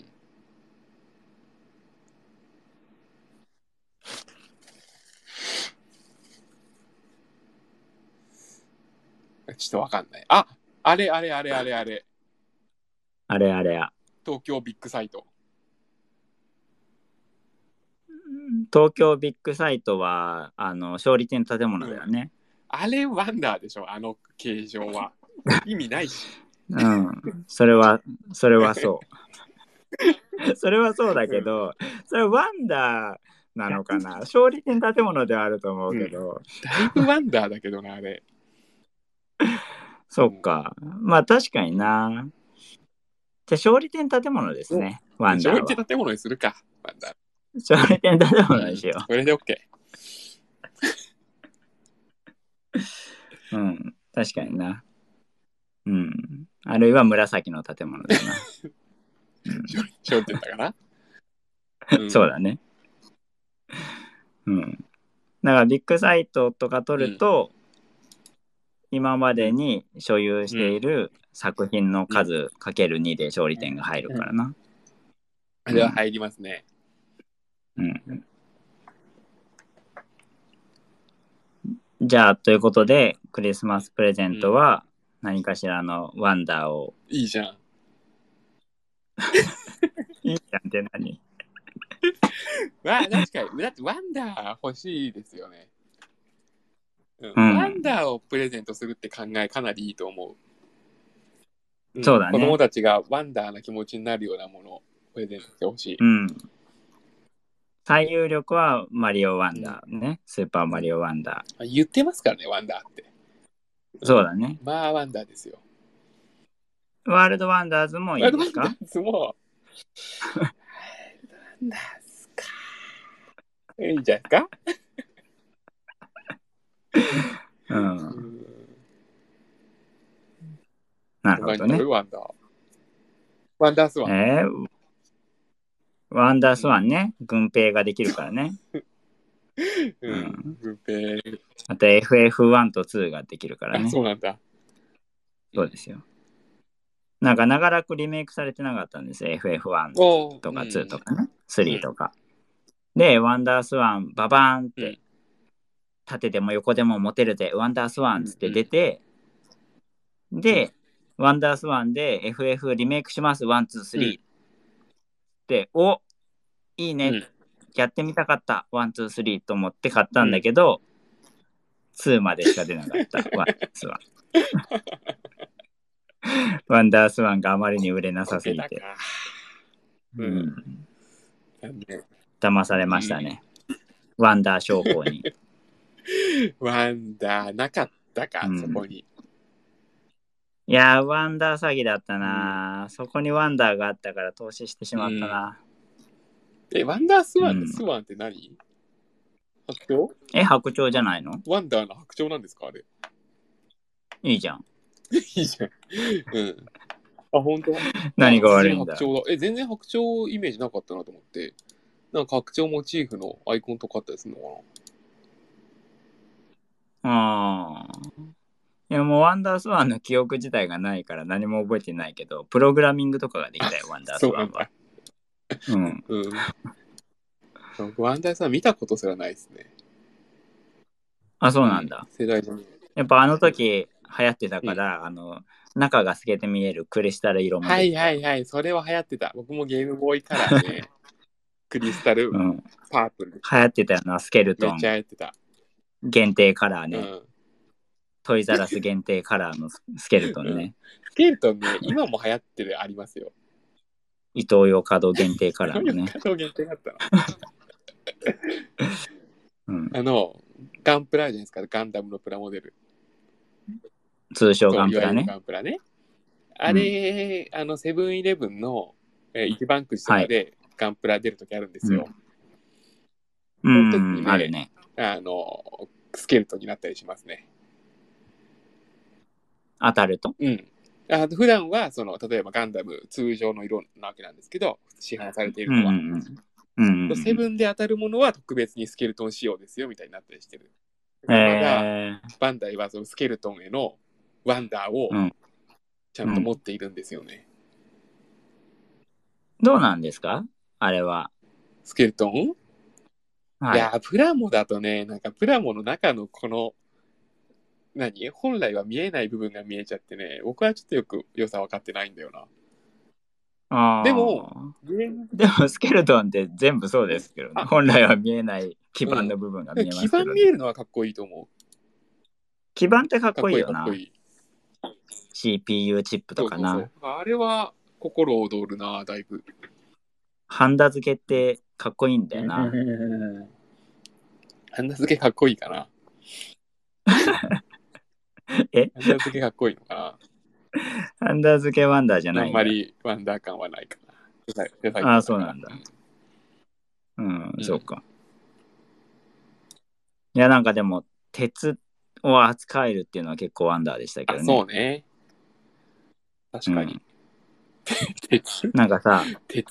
ちょっとわかんない。あれ。東京ビッグサイト。 東京ビッグサイトは勝利点建物だよね。 あれワンダーでしょ、あの形状は。意味ないし。 それはそう。それはそうだけど、それはワンダーなのかな。勝利点建物ではあると思うけど。 だいぶワンダーだけどな、あれ。 そっか。まあ確かにな。じゃあ勝利点建物ですね。ワンダーは。 勝利点建物にするか、ワンダー。 勝利点建物にしよう。 それで OK。 確かにな。あるいは紫の建物だな。 勝利点だから。 そうだね。だからビッグサイトとか取ると、今までに所有している作品の数かける2で勝利点が入るからな。 あれは入りますね。 じゃあということでクリスマスプレゼントは何かしらのワンダーを。 いいじゃん。 いいじゃんって何？ 確かにだってワンダー欲しいですよね。ワンダーをプレゼントするって考えかなりいいと思う。そうだね。子供たちがワンダーな気持ちになるようなものをプレゼントしてほしい。 最有力はマリオワンダーね。スーパーマリオワンダー。言ってますからね、ワンダーって。 そうだね。 まあワンダーですよ。 ワールドワンダーズもいいですか？ ワールドワンダーズも。ワールドワンダーズか。いいんじゃないですか？ なるほどね。 ワンダー。ワンダースワン。 ワンダースワンね。軍兵ができるからね。 軍兵。 あと FF1 と2ができるからね。 そうなんだ。 そうですよ。なんか長らくリメイクされてなかったんですよ。FF1 とか2とかね。3とか。で、ワンダースワン、ババーンって、縦でも横でも持てるで、ワンダースワンって出て、で、ワンダースワンで FF リメイクします、1、2、3って、いいねっやってみたかった。ワン、ツー、スリーと思って買ったんだけど、2までしか出なかった。ワンダースワン。ワンダースワンがあまりに売れなさすぎて。騙されましたね。ワンダー商法に。 ワンダーなかったか、そこに。 いやー、ワンダー詐欺だったな、そこにワンダーがあったから投資してしまったな。 ワンダースワンのスワンって何？白鳥？ 白鳥じゃないの？ ワンダーの白鳥なんですかあれ。 いいじゃん。 いいじゃん。あ、本当？ 何が悪いんだ。 白鳥だ。全然白鳥イメージなかったなと思って。なんか白鳥モチーフのアイコンとかあったりするのかな。いやもうワンダースワンの記憶自体がないから何も覚えてないけど、プログラミングとかができたよ、ワンダースワンは。 ワンダースワン見たことすらないですね。 あ、そうなんだ。 世代の。 やっぱあの時流行ってたから、中が透けて見えるクリスタル色もできた。 はいそれは流行ってた。僕もゲームボーイカラーでクリスタル、パープル流行ってたよな、スケルトン。 めっちゃ流行ってた。 限定カラーね。トイザラス限定カラーのスケルトンね。 スケルトンね、今も流行ってるありますよ。 イトーヨーカドー限定カラーのね。 イトーヨーカドー限定だったの。ガンプラじゃないですか、ガンダムのプラモデル。 通称ガンプラね。 ガンプラね。あれ、セブンイレブンの一番くじとかでガンプラ出るときあるんですよ。その時にね、 あるね。 スケルトンになったりしますね。 当たると？ 普段は例えばガンダム通常の色なわけなんですけど、市販されているのは。セブンで当たるものは特別にスケルトン仕様ですよみたいになったりしてる。まだバンダイはそのスケルトンへのワンダーをちゃんと持っているんですよね。 どうなんですかあれは。 スケルトン？いや、プラモだとね、なんかプラモの中のこの本来は見えない部分が見えちゃってね、僕はちょっとよく良さ分かってないんだよな。でもスケルトンって全部そうですけどね。本来は見えない基板の部分が見えますけど、ね。 基板見えるのはかっこいいと思う。 基板ってかっこいいよな。かっこいい。CPU チップとかな。 そうあれは心躍るな、だいぶ。 ハンダ付けってかっこいいんだよな。 ハンダ付けかっこいいかな。ハンダ付けかっこいいのかな。 ハンダ付けワンダーじゃないんだ。 あんまりワンダー感はないかな。 そうなんだ。そうか。いや、なんかでも、鉄を扱えるっていうのは結構ワンダーでしたけどね。 そうね。確かに。鉄？ なんかさ、 鉄？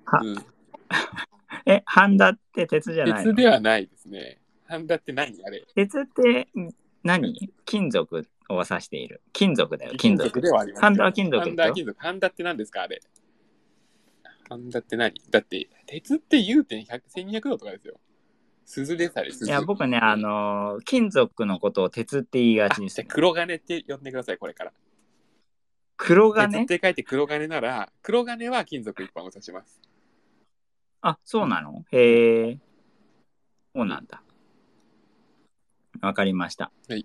ハンダって鉄じゃないの？ 鉄ではないですね。ハンダって何あれ？ 鉄って何？金属を指している。金属だよ、金属。 ではあります。 ハンダは金属。 ハンダは金属。ハンダって何ですかあれ？ハンダって何？だって、鉄って言うて1200度とかですよ。鈴でさえ鈴。 いや、僕ね、金属のことを鉄って言いがちです、ね。 黒金って呼んでください、これから。 黒金？ 鉄って書いて黒金なら、黒金は金属一般を指します。 あ、そうなの？へえ。そうなんだ。わかりました。 はい。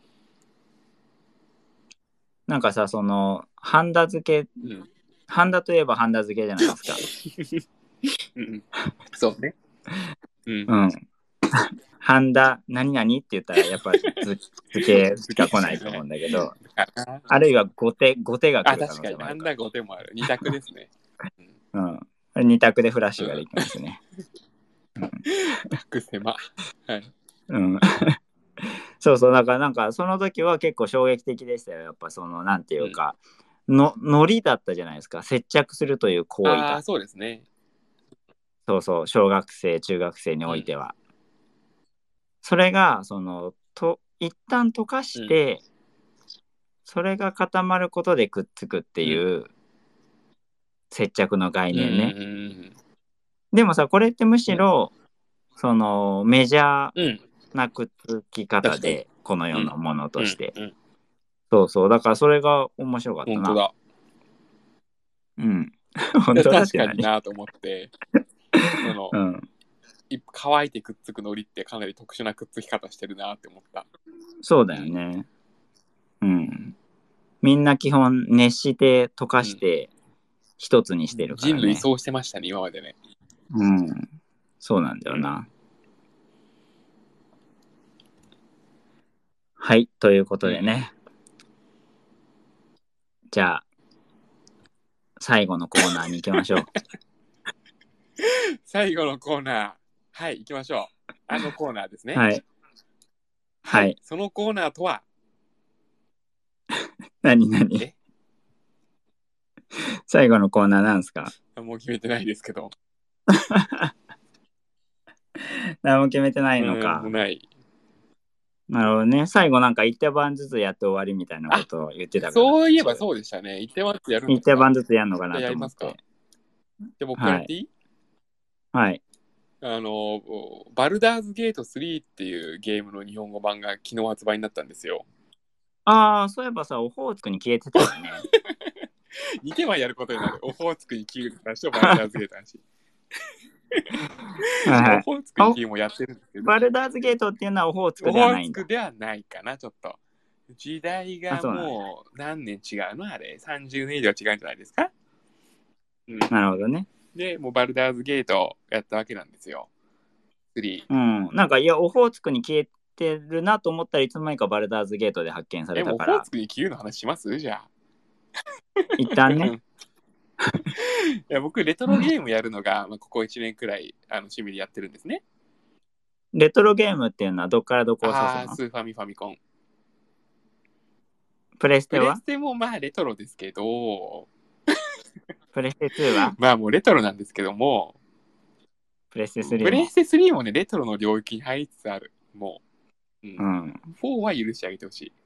なんかさ、ハンダ付け、ハンダといえばハンダ付けじゃないですか。 そうね。 ハンダ何々って言ったらやっぱり付けしか来ないと思うんだけど、あるいは後手が来る可能性もある。 確かに、ハンダ後手もある。二択ですね。 二択でフラッシュができますね。 くせま。はい。 そうだからなんかその時は結構衝撃的でしたよ。やっぱなんていうか、ノリだったじゃないですか。接着するという行為が。 そうですね。 小学生中学生においては、それが一旦溶かして、それが固まることでくっつくっていう接着の概念ね。でもさ、これってむしろメジャーなくっつき方で、この世のものとして、だからそれが面白かったな。 本当だ。 本当だ。 確かになと思って乾いてくっつくのりってかなり特殊なくっつき方してるなって思った。 そうだよね。うん。みんな基本熱して溶かして一つにしてるからね。 人類そうしてましたね、今までね。 うん。そうなんだよな。はい、ということでね。じゃあ、最後のコーナーに行きましょう。 最後のコーナー。はい、行きましょう。あのコーナーですね。 はい。 はい。そのコーナーとは何最後のコーナーなんですか？ もう決めてないですけど。 何も決めてないのか。 もうない。 なるほどね。最後なんか一手番ずつやって終わりみたいなことを言ってたから。 そういえばそうでしたね。一手番ずつやるんですか？ 一手番ずつやるのかなと思って。 やりますか？で、僕やっていい？ はい。 バルダーズゲート3っていうゲームの日本語版が昨日発売になったんですよ。 ああ、そういえばさ、オホーツクに消えてたよね。 2手番やることになる。オホーツクに消える話とバルダーズゲートの話。オホーツクに消えもやってるんですけど。 バルダーズゲートっていうのはオホーツクではないんだ。 オホーツクではないかな、ちょっと。時代がもう何年違うのあれ。30年以上違うんじゃないですか？ なるほどね。 で、もうバルダーズゲートやったわけなんですよ。3。 うん。なんか、いや、オホーツクに消えてるなと思ったらいつの間にかバルダーズゲートで発見されたから。 オホーツクに消えるの話しますじゃあ。 一旦ね。 いや僕、レトロゲームやるのが、ここ1年くらい趣味でやってるんですね。 レトロゲームっていうのはどっからどこを指すの？ スーファミファミコン。 プレステは？ プレステもまあレトロですけど、 プレステ2は？ まあもうレトロなんですけども、 プレステ3も。 プレステ3もね、レトロの領域に入りつつある。もう。4は許してあげてほしい。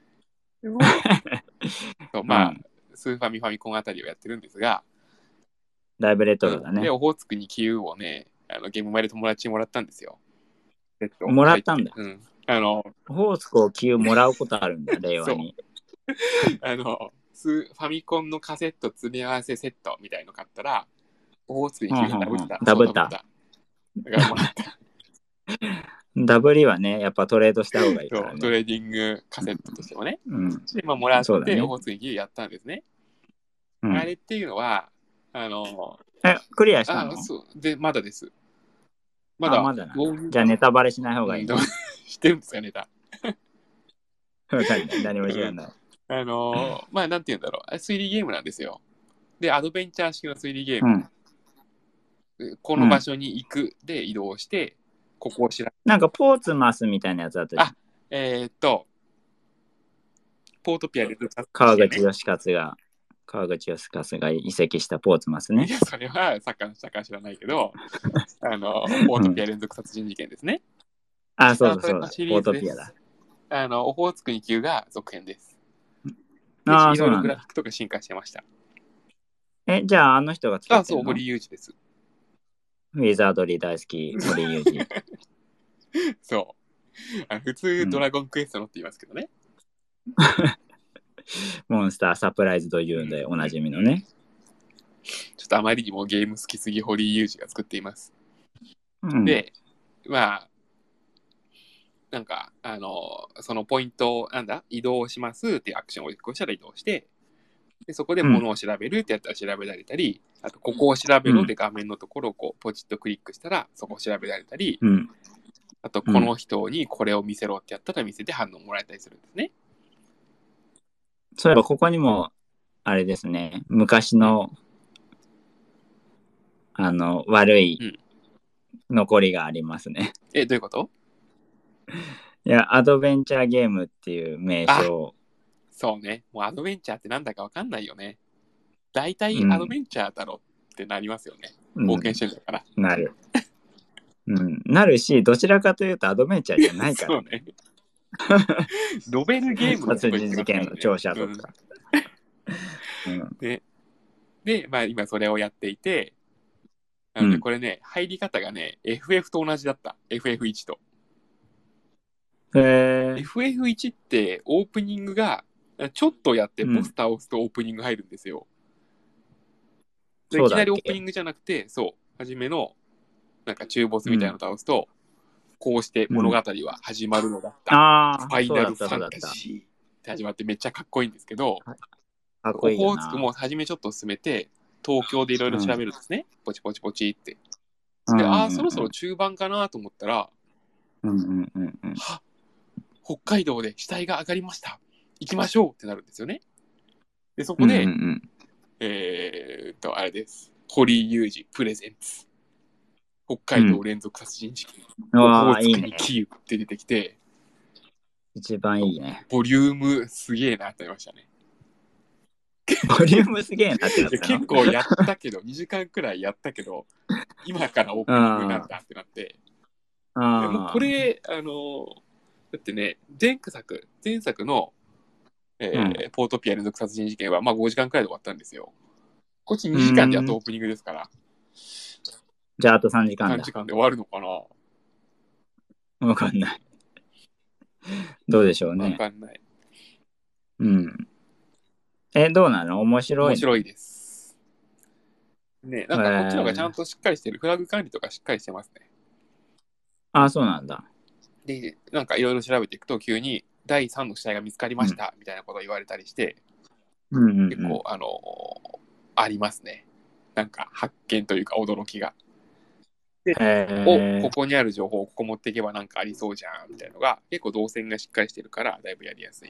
そうまあ、スーファミファミコンあたりをやってるんですが、 だいぶレトロだね。 で、オホーツクにキューをね、ゲーム前で友達にもらったんですよ。 もらったんだ。 オホーツクをキューもらうことあるんだ、令和に。 ファミコンのカセット詰め合わせセットみたいの買ったら、オホーツクにキューがダブった。 ダブった。だからもらった。ダブりはね、やっぱトレードした方がいいからね。 トレーディングカセットとしてもね。で、もらって、オホーツクにキューやったんですね。あれっていうのは、クリアしたの？で、まだです。まだな。じゃあネタバレしない方がいい。知ってるんですか、ネタ。わかんない。何も知らない。まあ、なんて言うんだろう。推理ゲームなんですよ。で、アドベンチャー式の推理ゲーム。この場所に行くで移動して、ここを調べる。なんかポーツマスみたいなやつだったじゃん。ポートピアで、川口義勝が移籍したポーツマスね。いや、それはサッカーのしたか知らないけど、ポートピア連続殺人事件ですね。あ、そうだそうだ。ポートピアだ。オホーツクに級が続編です。ああ、いろいろグラフィックとか進化してました。じゃああの人が作ってるの？そう、堀裕二です。ウィザードリー大好き、堀裕二。そう。普通、ドラゴンクエストのって言いますけどね。モンスターサプライズというんでおなじみのね。ちょっとあまりにもゲーム好きすぎ堀裕二が作っています。で、まあ、なんか、そのポイントを、移動しますっていうアクションを1個したら移動して、でそこで物を調べるってやったら調べられたり、あと、ここを調べろで画面のところをこうポチッとクリックしたら、そこを調べられたり、あと、この人にこれを見せろってやったら見せて反応もらえたりするんですね。そういえば、ここにも、あれですね、昔の、悪い残りがありますね。どういうこと？いや、アドベンチャーゲームっていう名称。そうね。もうアドベンチャーってなんだかわかんないよね。大体アドベンチャーだろってなりますよね。冒険してるから。なる。なるし、どちらかというとアドベンチャーじゃないから。そうね。ノベルゲームの殺人事件の聴者とか。で、まあ今それをやっていて、これね、入り方がね、FF と同じだった。FF1 と。FF1 ってオープニングがちょっとやってボス倒すとオープニング入るんですよ。いきなりオープニングじゃなくて、そう、初めのなんか中ボスみたいなのを倒すと、こうして物語は始まるのだった。ファイナルファンタジーって始まってめっちゃかっこいいんですけど、 かっこいいよな。 オホーツクも初めちょっと進めて、東京でいろいろ調べるんですね。ポチポチポチって。で、そろそろ中盤かなと思ったら、北海道で死体が上がりました。行きましょうってなるんですよね。で、そこで、あれです。堀井雄二プレゼンツ。北海道連続殺人事件。オホーツクにキーウって出てきて、 一番いいね。 ボリュームすげえなってなりましたね。 ボリュームすげえなってなったの？ 結構やったけど、2時間くらいやったけど、今からオープニングなんだってなって。もうこれ、だってね、前作の、ポートピア連続殺人事件は、まあ5時間くらいで終わったんですよ。こっち2時間でやっとオープニングですから。 じゃああと3時間だ。 3時間で終わるのかな？ わかんない。どうでしょうね。 わかんない。 どうなの？面白いの？ 面白いです。ね、なんかこっちの方がちゃんとしっかりしてる。フラグ管理とかしっかりしてますね。 そうなんだ。 で、なんかいろいろ調べていくと、急に第3の死体が見つかりました、みたいなことを言われたりして、結構、ありますね。なんか発見というか驚きが。で、ここにある情報をここ持っていけばなんかありそうじゃん、みたいなのが、結構動線がしっかりしてるから、だいぶやりやすい。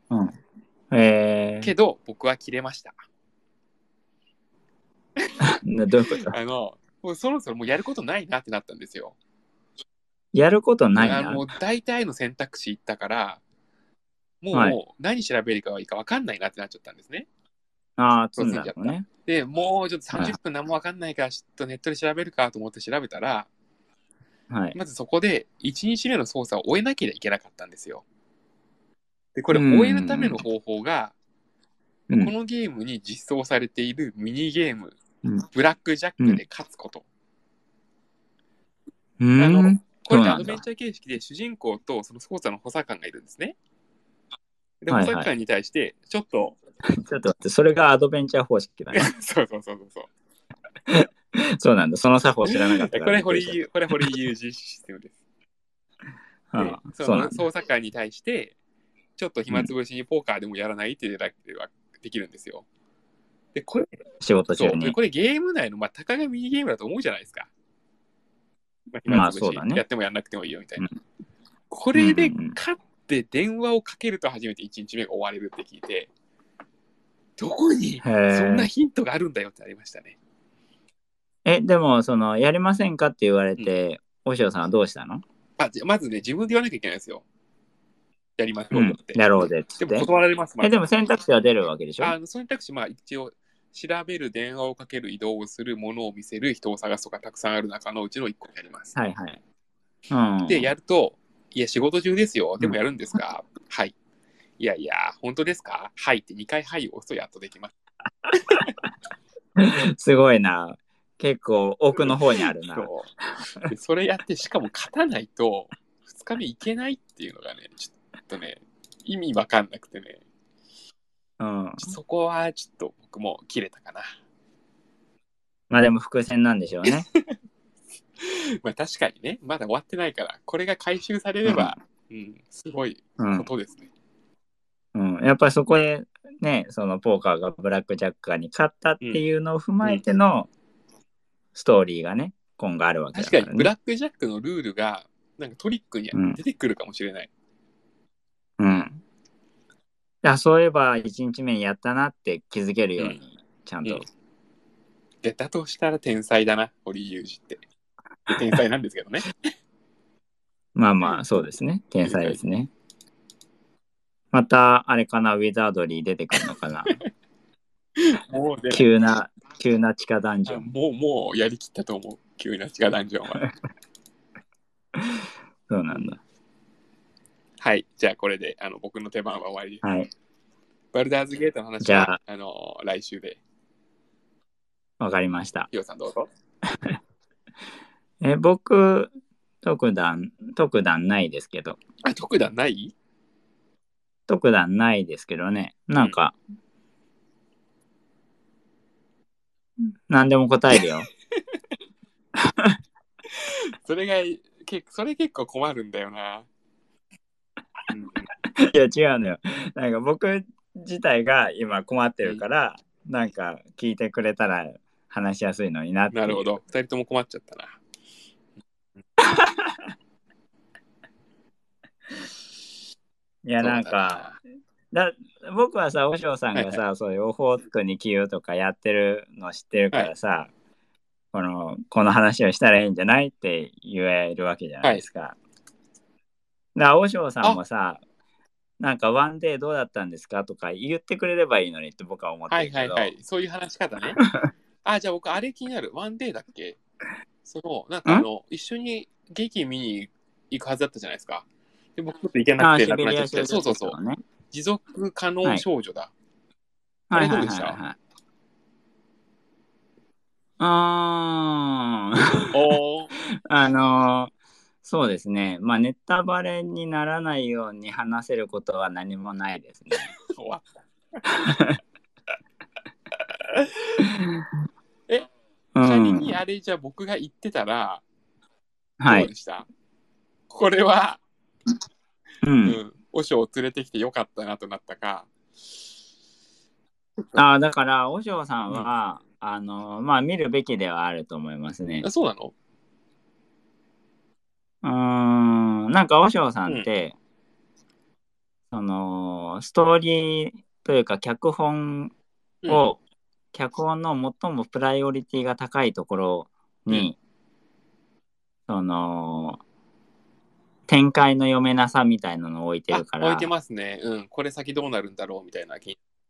けど、僕は切れました。 どういうこと？ もうそろそろもうやることないなってなったんですよ。 やることないな。 大体の選択肢いったから、もう何調べるかはいいか分かんないなってなっちゃったんですね。 積んじゃった。 で、もうちょっと30分何も分かんないから、ちょっとネットで調べるかと思って調べたら、まずそこで1日目の操作を終えなきゃいけなかったんですよ。で、これ終えるための方法が、このゲームに実装されているミニゲーム、ブラックジャックで勝つこと。これアドベンチャー形式で主人公とその操作の補佐官がいるんですね。で、補佐官に対して、ちょっと待って、それがアドベンチャー方式だね。 そう。 そうなんだ、その作法知らなかった。 これ堀井雄二システムです。その捜査官に対して、ちょっと暇つぶしにポーカーでもやらないっていうだけはできるんですよ。で、これ、 仕事中に。 これゲーム内の、たかがミニゲームだと思うじゃないですか。暇つぶし、やってもやんなくてもいいよみたいな。これで勝って電話をかけると初めて1日目が終われるって聞いて、どこにそんなヒントがあるんだよってありましたね。 でも、やりませんかって言われて、おしおさんはどうしたの？ まずね、自分で言わなきゃいけないんですよ。やりましょうって。 やろうぜって。 でも断られます。 でも選択肢は出るわけでしょ？ 選択肢、一応、調べる、電話をかける、移動をする、物を見せる、人を探すとかたくさんある中のうちの1個やります。で、やると、いや、仕事中ですよ。でもやるんですか？はい。いや、本当ですか？はいって2回はいを押すとやっとできます。 すごいな。結構奥の方にあるな。 でそれやって、しかも勝たないと2日目いけないっていうのがね、ちょっとね、意味わかんなくてね。そこはちょっと僕も切れたかな。でも伏線なんでしょうね。 確かにね、まだ終わってないから、これが回収されれば、すごいことですね。 やっぱりそこでね、そのポーカーがブラックジャックに勝ったっていうのを踏まえてのストーリーがね、今後あるわけだからね。 確かにブラックジャックのルールがなんかトリックに出てくるかもしれない。 そういえば1日目にやったなって気づけるように、ちゃんと。 だとしたら天才だな、堀井雄二って。天才なんですけどね。 そうですね。天才ですね。また、あれかな、ウィザードリー出てくるのかな。もう急な地下ダンジョン。 もうやりきったと思う。急な地下ダンジョンは。 そうなんだ。 はい。じゃあこれで僕の手番は終わりです。 はい。 バルダーズゲートの話は来週で。 わかりました。 ヒヨさんどうぞ。 僕、特段ないですけど。 特段ない？ 特段ないですけどね。なんか、何でも答えるよ。 それ結構困るんだよな。 いや違うのよ。なんか僕自体が今困ってるから、なんか聞いてくれたら話しやすいのになっていう。 なるほど。2人とも困っちゃったな。 いやなんか僕はさ、和尚さんがさ、そういうオホーツクに起業とかやってるの知ってるからさ、この話をしたらいいんじゃないって言えるわけじゃないですか。だから和尚さんもさ、なんかワンデーどうだったんですかとか言ってくれればいいのにって僕は思ってるけど。 そういう話し方ね。じゃあ僕あれ気になる。ワンデーだっけ？なんか一緒に劇見に行くはずだったじゃないですか。で僕ちょっと行けなくてなくなっちゃって。そう。持続可能少女だ。あれどうでした？ そうですね。まあネタバレにならないように話せることは何もないですね。 終わった。仮にあれじゃ僕が言ってたら、どうでした？これは、和尚を連れてきてよかったなとなったか。 だから和尚さんは、まあ見るべきではあると思いますね。 そうなの？ なんか和尚さんって、ストーリーというか脚本の最もプライオリティが高いところに、展開の読めなさみたいなのを置いてるから。 置いてますね。これ先どうなるんだろうみたいな。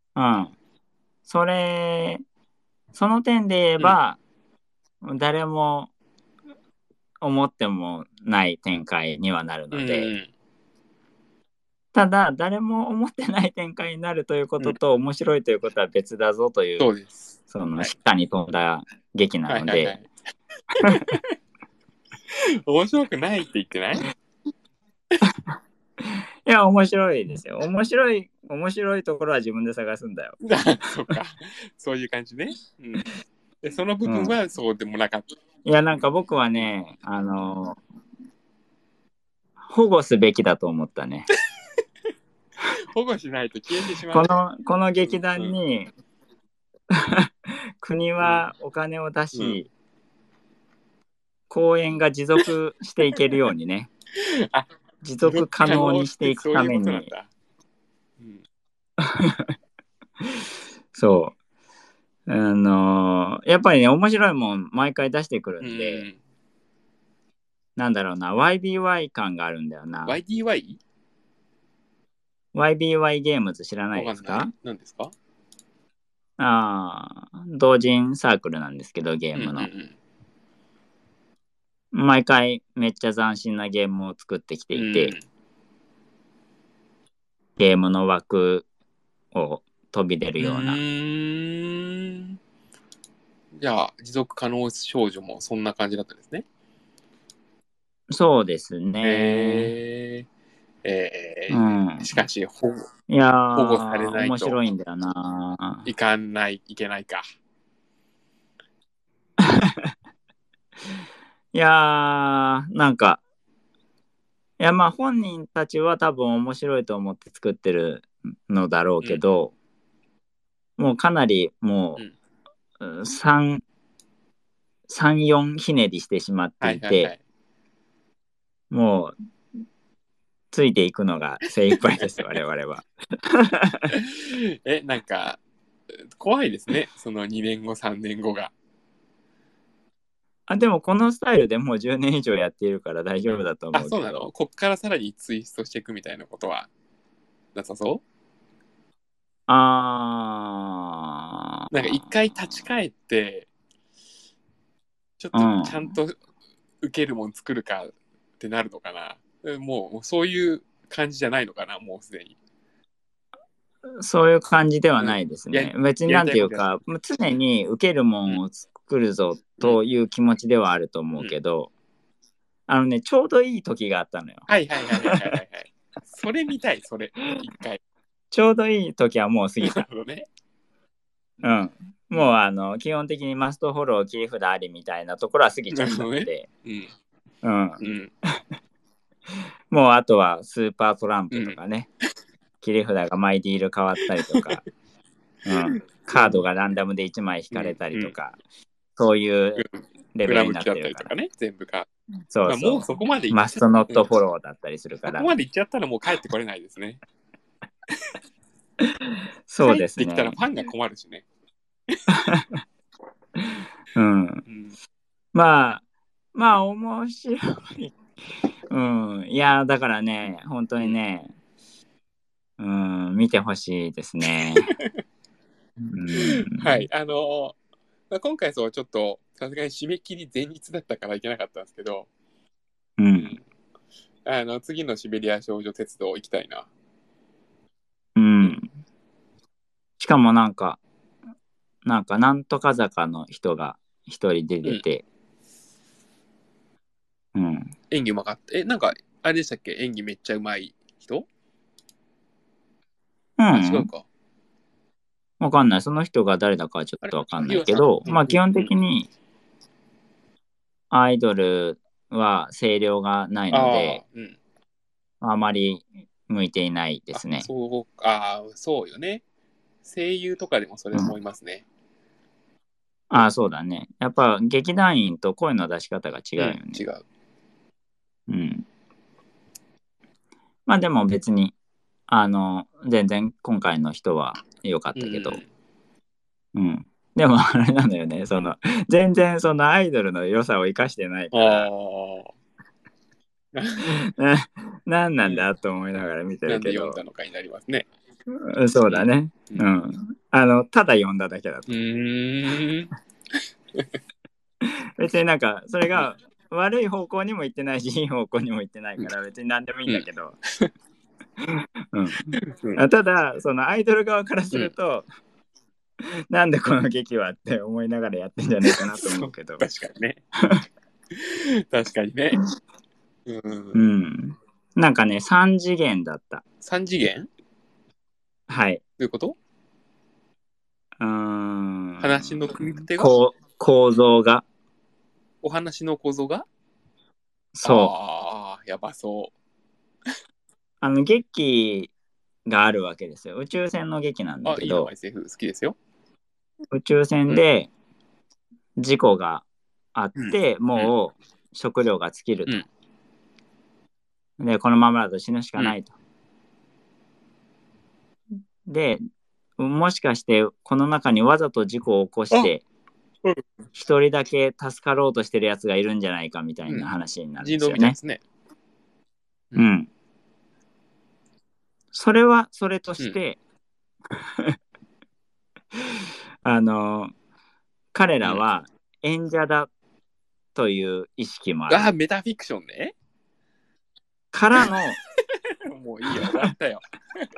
その点で言えば、誰も思ってもない展開にはなるので、ただ誰も思ってない展開になるということと、面白いということは別だぞという、下に飛んだ劇なので。 面白くないって言ってない？ いや面白いですよ。面白いところは自分で探すんだよ。 そっか、そういう感じね。でその部分はそうでもなかった。 いやなんか僕はね、保護すべきだと思ったね。 保護しないと消えてしまう。 この劇団に、国はお金を出し、公演が持続していけるようにね。持続可能にしていくために。そう。やっぱりね、面白いもん毎回出してくるんで、なんだろうな、YBY 感があるんだよな。 YBY ゲームズ知らないですか？ 何ですか？ 同人サークルなんですけど、ゲームの。毎回めっちゃ斬新なゲームを作ってきていて、ゲームの枠を飛び出るような。 じゃあ持続可能少女もそんな感じだったんですね。 そうですね。 しかし保護されないと面白いんだよな。 いけないか。 いやなんかまあ本人たちは多分面白いと思って作ってるのだろうけど、もうかなりもう、3、4ひねりしてしまっていて、もうついていくのが精一杯です我々は。 なんか怖いですね、その2年後3年後が。 でもこのスタイルでもう10年以上やっているから大丈夫だと思うけど。 そうなの？こっからさらにツイストしていくみたいなことはなさそう？なんか一回立ち返ってちょっとちゃんと受けるもん作るかってなるのかな。もうそういう感じじゃないのかな、もうすでに。 そういう感じではないですね。別になんていうか、常に受けるもんを作るぞという気持ちではあると思うけど、ちょうどいい時があったのよ。 それ見たい、それ。一回。 ちょうどいい時はもう過ぎた。 なるほどね。 もう基本的にマストフォロー切り札ありみたいなところは過ぎちゃったので、もうあとはスーパートランプとかね、切り札が毎ディール変わったりとか、カードがランダムで1枚引かれたりとか、そういうレベルになってるから、 ね、全部か。 そうそう、 もうそこまでマストノットフォローだったりするから、 そこまでいっちゃったらもう帰ってこれないですね。 そうですね。 帰ってきたらファンが困るしね。 まあ面白い。いやだからね、本当にね、見てほしいですね。 はい、今回そうちょっとさすがに締め切り前日だったからいけなかったんですけど、次のシベリア少女鉄道行きたいな。 しかもなんとか坂の人が一人出てて、 演技うまかった。なんかあれでしたっけ、演技めっちゃうまい人？違うか。 わかんない。その人が誰だかはちょっとわかんないけど、まあ基本的にアイドルは声量がないので、あまり向いていないですね。 そうよね。声優とかでもそれ思いますね。 そうだね。やっぱ劇団員と声の出し方が違うよね。 違う。 まあでも別に全然今回の人は良かったけど、でもあれなんだよね、全然そのアイドルの良さを生かしてないから何なんだと思いながら見てるけど、 なんで読んだのかになりますね。 そうだね。ただ読んだだけだと。別になんかそれが悪い方向にも行ってないし、いい方向にも行ってないから別に何でもいいんだけど、ただそのアイドル側からすると、なんでこの劇はって思いながらやってんじゃないかなと思うけど。 確かにね。確かにね。 なんかね、3次元だった。 3次元？ はい。 どういうこと？話の組み立てが？ 構造が。 お話の構造が？ そう。 やばそう。 劇があるわけですよ。宇宙船の劇なんだけど。 いいの SF 好きですよ。 宇宙船で事故があって、もう食料が尽きると。で、このままだと死ぬしかないと。で、もしかしてこの中にわざと事故を起こして一人だけ助かろうとしてるやつがいるんじゃないかみたいな話になるんですよね。人狼みたいですね。それはそれとして、彼らは演者だという意識もある。 メタフィクションね。 からのもういいよ、終わったよ。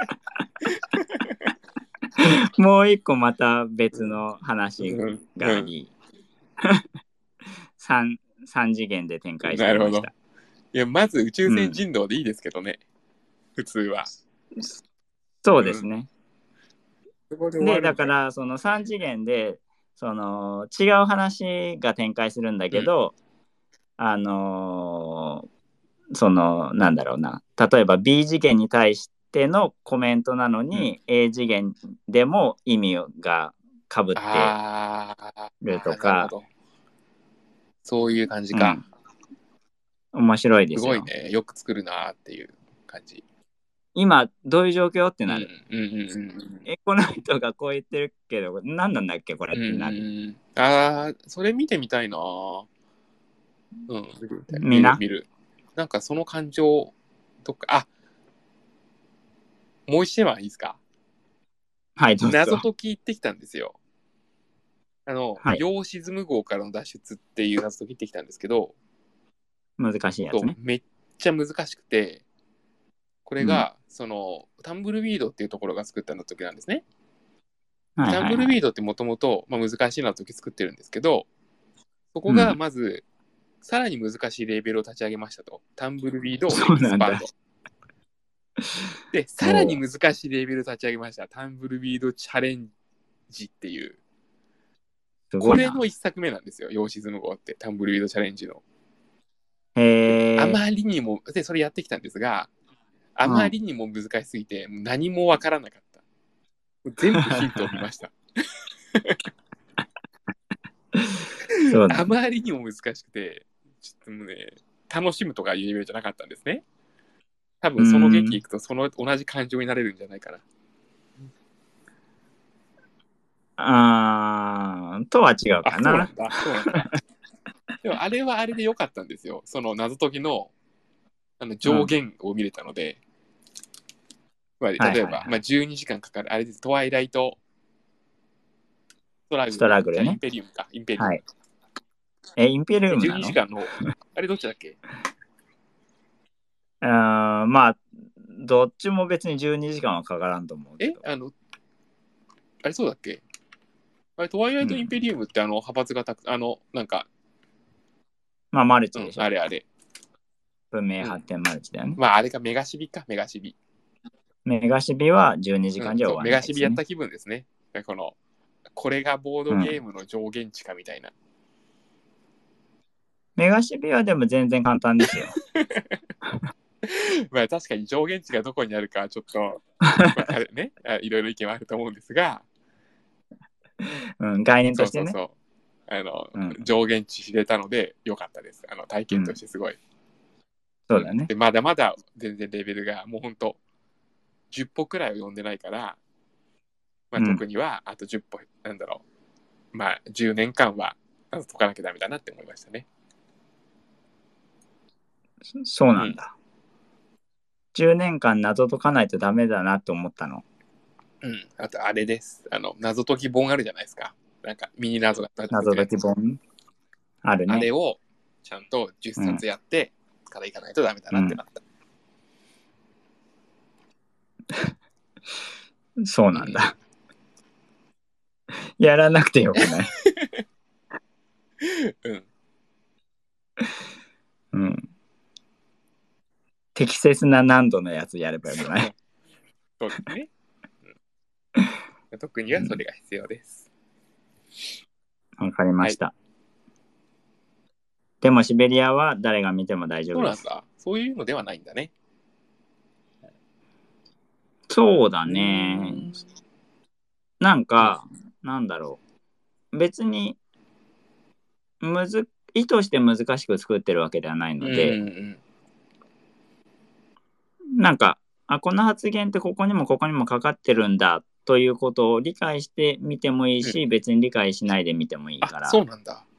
もう一個また別の話があり、3次元で展開してました。 いや、まず宇宙船人道でいいですけどね、普通は。 そうですね。で、だからその3次元でその違う話が展開するんだけど、そのなんだろうな、例えば B 次元に対してのコメントなのに、A 次元でも意味がかぶってるとか、 そういう感じか。 面白いですよ。 すごいね、よく作るなっていう感じ。 今どういう状況ってなる。この人がこう言ってるけど何なんだっけこれってなる。 それ見てみたいな。 見る。なんかその感情とか、もう一話いいですか？ はい、どうぞ。 謎解き行ってきたんですよ。陽沈む号からの脱出っていう謎解き行ってきたんですけど、 難しいやつね。 めっちゃ難しくて、これが、そのタンブルウィードっていうところが作った謎解きなんですね。タンブルウィードってもともと難しい謎解き作ってるんですけど、そこがまず、さらに難しいレベルを立ち上げましたと。タンブルウィードエキスパート。で、さらに難しいレベルを立ち上げました。タンブルウィードチャレンジっていう。 これの一作目なんですよ、ヨーシズム号って、タンブルウィードチャレンジの。あまりにも、で、それやってきたんですが、あまりにも難しすぎて、何もわからなかった。全部ヒントを見ました。あまりにも難しくて、ちょっともうね、楽しむとかいうイメージじゃなかったんですね。多分その劇行くとその同じ感情になれるんじゃないかな。 とは違うかな。 そうなんだ。でもあれはあれで良かったんですよ。その謎解きの上限を見れたので、例えば、12時間かかる、あれです、トワイライトストラグルね。 インペリウムか、インペリウム。 インペリウムなの？ 12時間の、あれどっちだっけ？ まあ、どっちも別に12時間はかからんと思うけど。 あれそうだっけ？あれ、トワイライトインペリウムって派閥がなんか、 まあ、マルチでしょ。 あれ。 文明発展マルチだよね。 まあ、あれがメガシビか、メガシビ。 メガシビは12時間じゃ終わらないですね。 メガシビやった気分ですね。これがボードゲームの上限値かみたいな。 メガシビはでも全然簡単ですよ。 まあ確かに上限値がどこにあるかちょっとね、いろいろ意見はあると思うんですが、 概念としてね。 上限値知れたので良かったです。体験としてすごい。 そうだね。 でまだまだ全然レベルがもうほんと10歩くらいを読んでないから、特にはあと10歩、10年間は解かなきゃダメだなって思いましたね。 そうなんだ。10年間謎解かないとダメだなって思ったの。 あとあれです。謎解き本あるじゃないですか。なんかミニ謎解き本あるね。 あれをちゃんと10冊やってからいかないとダメだなってなった。 そうなんだ。やらなくてよくない？適切な難度のやつやればよくない？ そうですね。特にはそれが必要です。 わかりました。でもシベリアは誰が見ても大丈夫です。 そうなんだ。そういうのではないんだね。 そうだね。なんか、なんだろう。別に意図して難しく作ってるわけではないので、なんかこの発言ってここにもここにもかかってるんだということを理解してみてもいいし、別に理解しないでみてもいいから。 そうなんだ。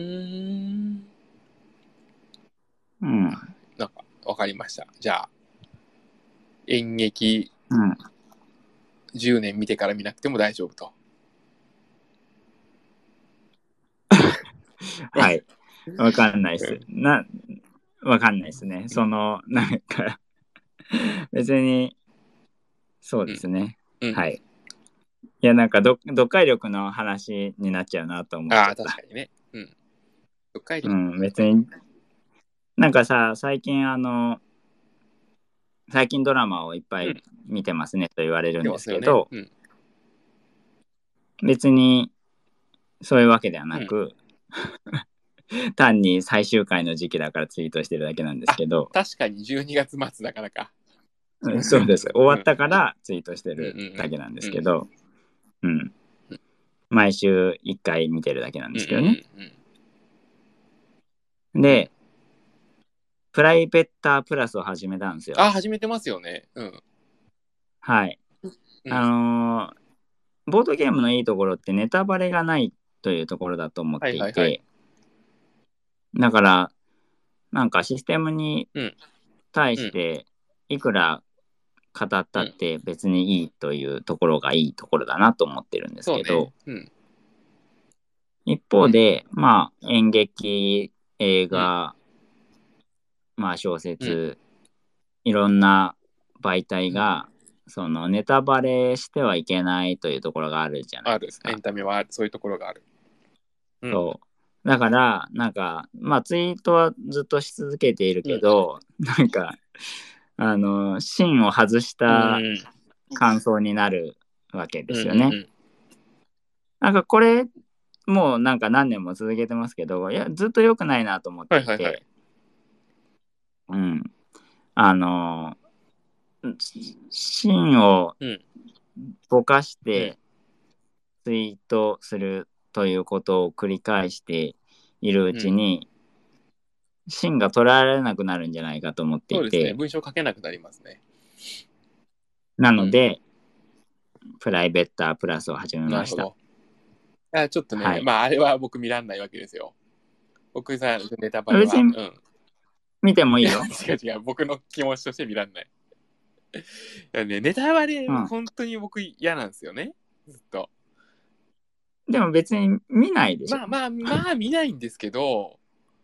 なんかわかりました。じゃあ演劇、10年見てから見なくても大丈夫と。 はい。わかんないです。わかんないですね。なんか別に、そうですね。はい。いや、なんか読解力の話になっちゃうなと思っちゃった。 確かにね。読解力。別に。なんかさ、最近ドラマをいっぱい見てますねと言われるんですけど、別にそういうわけではなく、単に最終回の時期だからツイートしてるだけなんですけど。 確かに12月末だからか。 そうです。終わったからツイートしてるだけなんですけど、毎週1回見てるだけなんですけどね。で、プライベッタープラスを始めたんですよ。 始めてますよね。 はい。ボードゲームのいいところってネタバレがないというところだと思っていて、だからなんかシステムに対していくら語ったって別にいいというところがいいところだなと思ってるんですけど、一方で演劇、映画、小説、いろんな媒体がそのネタバレしてはいけないというところがあるじゃないですか。 エンタメはそういうところがある。 そうだからなんかツイートはずっとし続けているけど、なんか芯を外した感想になるわけですよね。なんかこれもうなんか何年も続けてますけど、いやずっと良くないなと思っていて、はいはいはい、うん、芯をぼかしてツイートするということを繰り返しているうちに、芯が捉えられなくなるんじゃないかと思っていて、そうですね、 文章書けなくなりますね。 なので、プライベータープラスを始めました。 ちょっとね、はい、まああれは僕見らんないわけですよ。僕さ、ネタバレは。別に見てもいいよ。 違う違う、僕の気持ちとして見らんない。いやね、ネタバレ、本当に僕嫌なんですよね、ずっと。 でも別に見ないでしょ。 まあ見ないんですけど、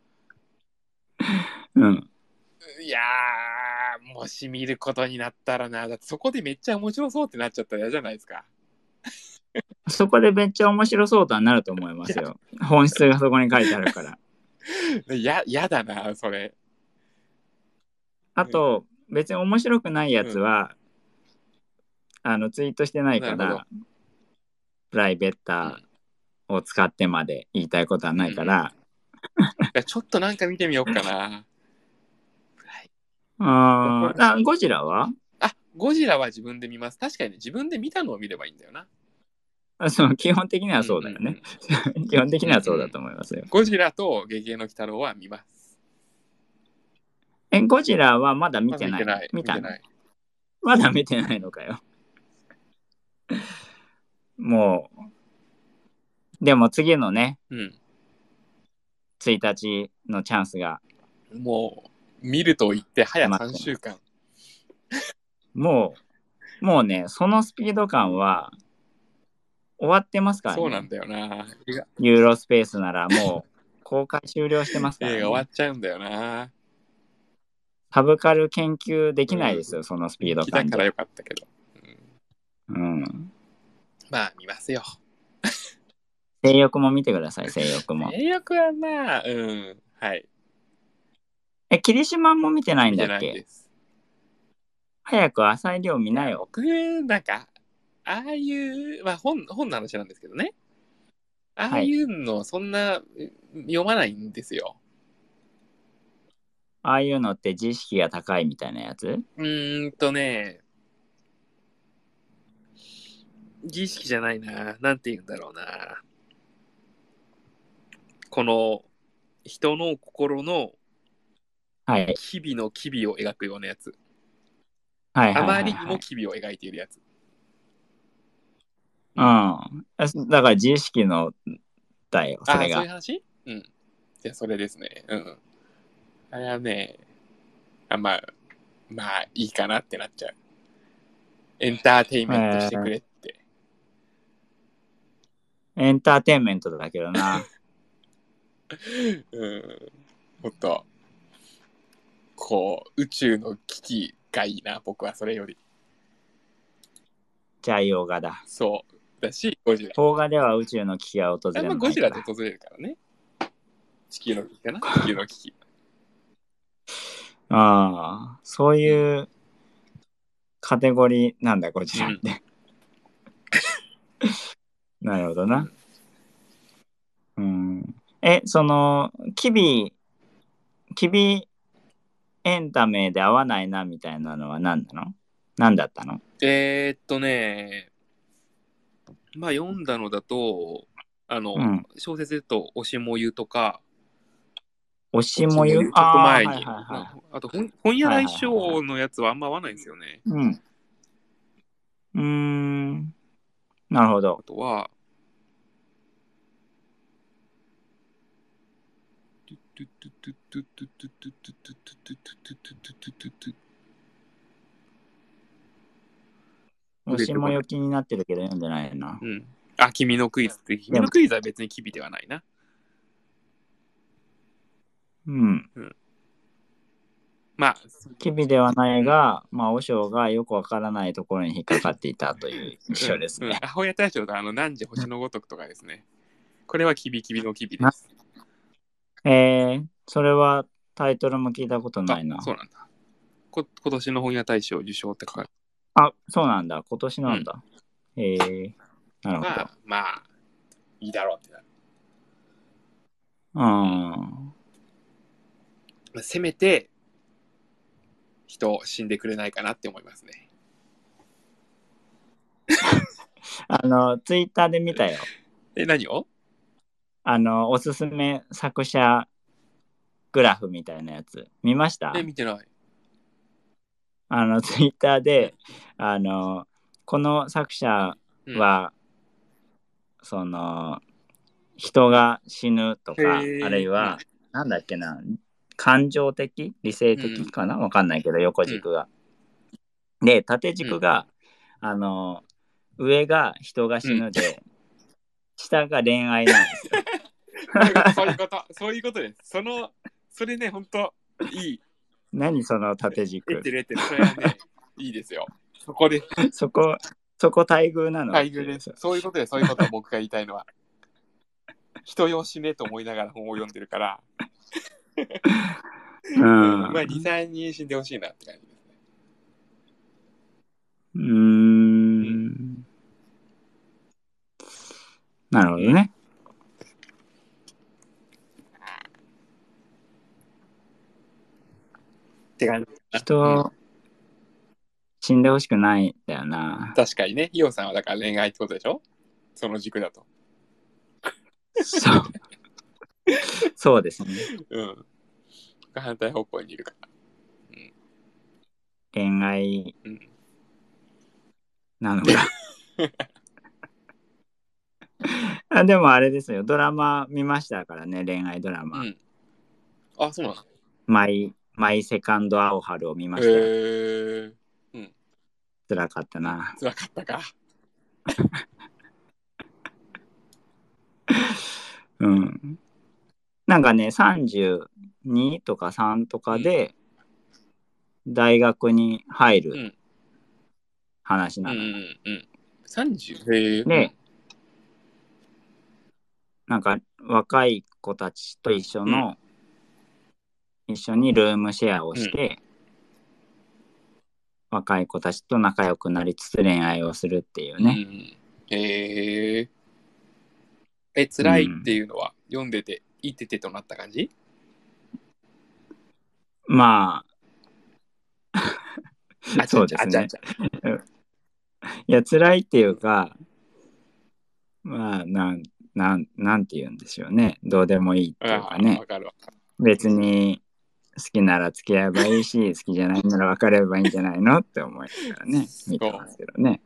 うん。 いやー、もし見ることになったらな、だってそこでめっちゃ面白そうってなっちゃったら嫌じゃないですか。 そこでめっちゃ面白そうとはなると思いますよ。本質がそこに書いてあるから。 やだな、それ。 あと、別に面白くないやつは、ツイートしてないから、プライベーターを使ってまで言いたいことはないから。 ちょっとなんか見てみようかな。 ゴジラは？ ゴジラは自分で見ます。確かにね、自分で見たのを見ればいいんだよな。 基本的にはそうだよね。基本的にはそうだと思いますよ。 ゴジラとゲゲの鬼太郎は見ます。 ゴジラはまだ見てない。 見たない。 まだ見てないのかよ。もう、でも次のね、1日のチャンスが。 もう、見ると言って早3週間。 もうね、そのスピード感は終わってますからね。 そうなんだよな。 ユーロスペースならもう公開終了してますからね。 映画終わっちゃうんだよな。 サブカル研究できないですよ、そのスピード感で。 だからよかったけど。まあ、見ますよ。 性欲も見てください、性欲も。 性欲はまあ、はい。 霧島も見てないんだっけ？見てないです。早く浅井亮見なよ。 僕、なんか、ああいう、まあ本の話なんですけどね。ああいうの、そんな読まないんですよ。 ああいうのって自意識が高いみたいなやつ？ ね、自意識じゃないな。なんて言うんだろうな。この人の心の機微の機微を描くようなやつ。あまりにも機微を描いているやつ。 だから自意識のだよ、それが。 そういう話？じゃあそれですね。あれはね、まあいいかなってなっちゃう。エンターテインメントしてくれって。 エンターテインメントだけどな。 もっと、こう、宇宙の危機がいいな、僕はそれより。 じゃあ、洋画だ。 そう。だし、ゴジラ。 邦画では宇宙の危機が訪れないから。 ゴジラで訪れるからね。地球の危機かな？地球の危機。 そういうカテゴリーなんだ、ゴジラって。なるほどな。その、キビエンタメで合わないなみたいなのは何なの？何だったの？ まあ読んだのだと、小説だと、おしもゆとか、 おしもゆ？ ちょっと前に。あと、本屋大賞のやつはあんま合わないんですよね。 なるほど。 あとは、 おしもゆ気になってるけど読んでないな。 君のクイズって、君のクイズは別に機微ではないな。まあ、 機微ではないが、和尚がよくわからないところに引っかかっていたという印象ですね。 母親大賞と何時星のごとくとかですね。これは機微の機微です。 それはタイトルも聞いたことないな。 そうなんだ。今年の本屋大賞受賞って書かれて。 そうなんだ。今年なんだ。なるほど。 まあ、いいだろうってなる。 せめて人死んでくれないかなって思いますね。 ツイッターで見たよ。 何を？ おすすめ作者グラフみたいなやつ見ました？ 見てない。 ツイッターでこの作者は、その人が死ぬとか、あるいは、なんだっけな、感情的理性的かな、わかんないけど、横軸が。で、縦軸が、上が人が死ぬで、下が恋愛なんですよ。 そういうことです。それね、ほんと、いい。 何その縦軸。 それはね、いいですよ。そこで。 そこ待遇なの？ 待遇です。そういうことです。僕が言いたいのは。人よ死ねと思いながら本を読んでるから、まあ2、3人死んでほしいなって感じですね。 なるほどね。 って感じ。 人、死んでほしくないんだよな。 確かにね。イオさんはだから恋愛ってことでしょ？その軸だと。 そうですね。 反対方向にいるから。 恋愛なのか。でもあれですよ。ドラマ見ましたからね、恋愛ドラマ。 あ、そうなの？ マイセカンドアオハルを見ましたよ。辛かったな。 辛かったか。 なんかね、32とか3とかで大学に入る話なのよ。 30？ で、なんか若い子たちと一緒にルームシェアをして、若い子たちと仲良くなりつつ恋愛をするっていうね。 辛いっていうのは読んでていててとなった感じ？ まあそうですね。いや辛いっていうか、まあなんて言うんでしょうね。どうでもいいっていうかね。別に好きなら付き合えばいいし、好きじゃないなら別れればいいんじゃないのって思いながらね、見てますけどね。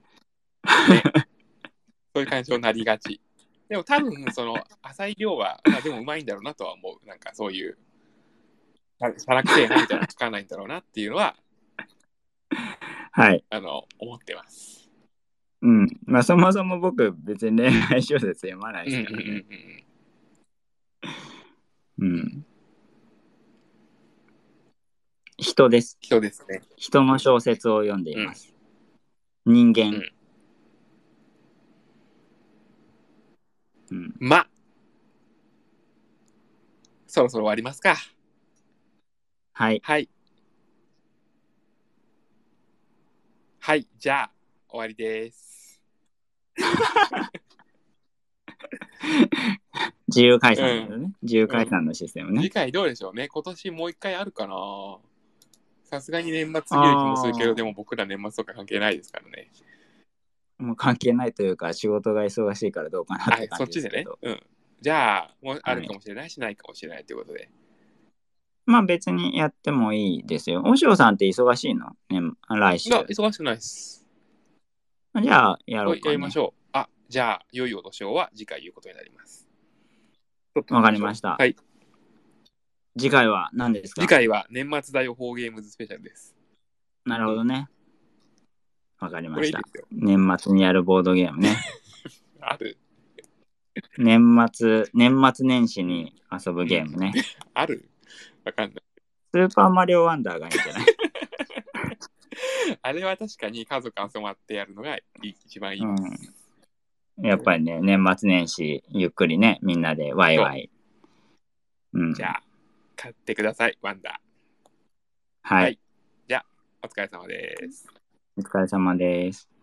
そういう感情になりがち。でも多分、その、浅井亮は、でもうまいんだろうなとは思う。なんかそういう、シャラくせえなみたいなの書かないんだろうなっていうのは、 はい。 思ってます。 まあそもそも僕別に恋愛小説読まないですからね。人です。 人ですね。 人の小説を読んでいます。人間。 ま、そろそろ終わりますか。 はい。 はい。はい、じゃあ、終わりです。 自由解散だよね。自由解散のシステムね。 次回どうでしょうね。今年もう一回あるかな。さすがに年末すぎる気もするけど、でも僕ら年末とか関係ないですからね。 もう関係ないというか、仕事が忙しいからどうかなって感じですけど。 そっちでね。じゃあ、もうあるかもしれないし、ないかもしれないということで。 まあ別にやってもいいですよ。おしおさんって忙しいのね、来週。 忙しくないです。 じゃあ、やろうか、ね。 やりましょう。じゃあ、良いお年をは次回言うことになります。 わかりました。 はい。 次回は何ですか？ 次回は年末だよ、4ゲームズスペシャルです。 なるほどね。わかりました。年末にやるボードゲームね。 ある。 年末年始に遊ぶゲームね。 ある？わかんない。 スーパーマリオワンダーがいいんじゃない？ あれは確かに家族集まってやるのが一番いいです。 やっぱりね、年末年始ゆっくりね、みんなでワイワイ。 じゃあ、買ってください、ワンダー。 はい。 じゃあ、お疲れ様です。 お疲れ様です。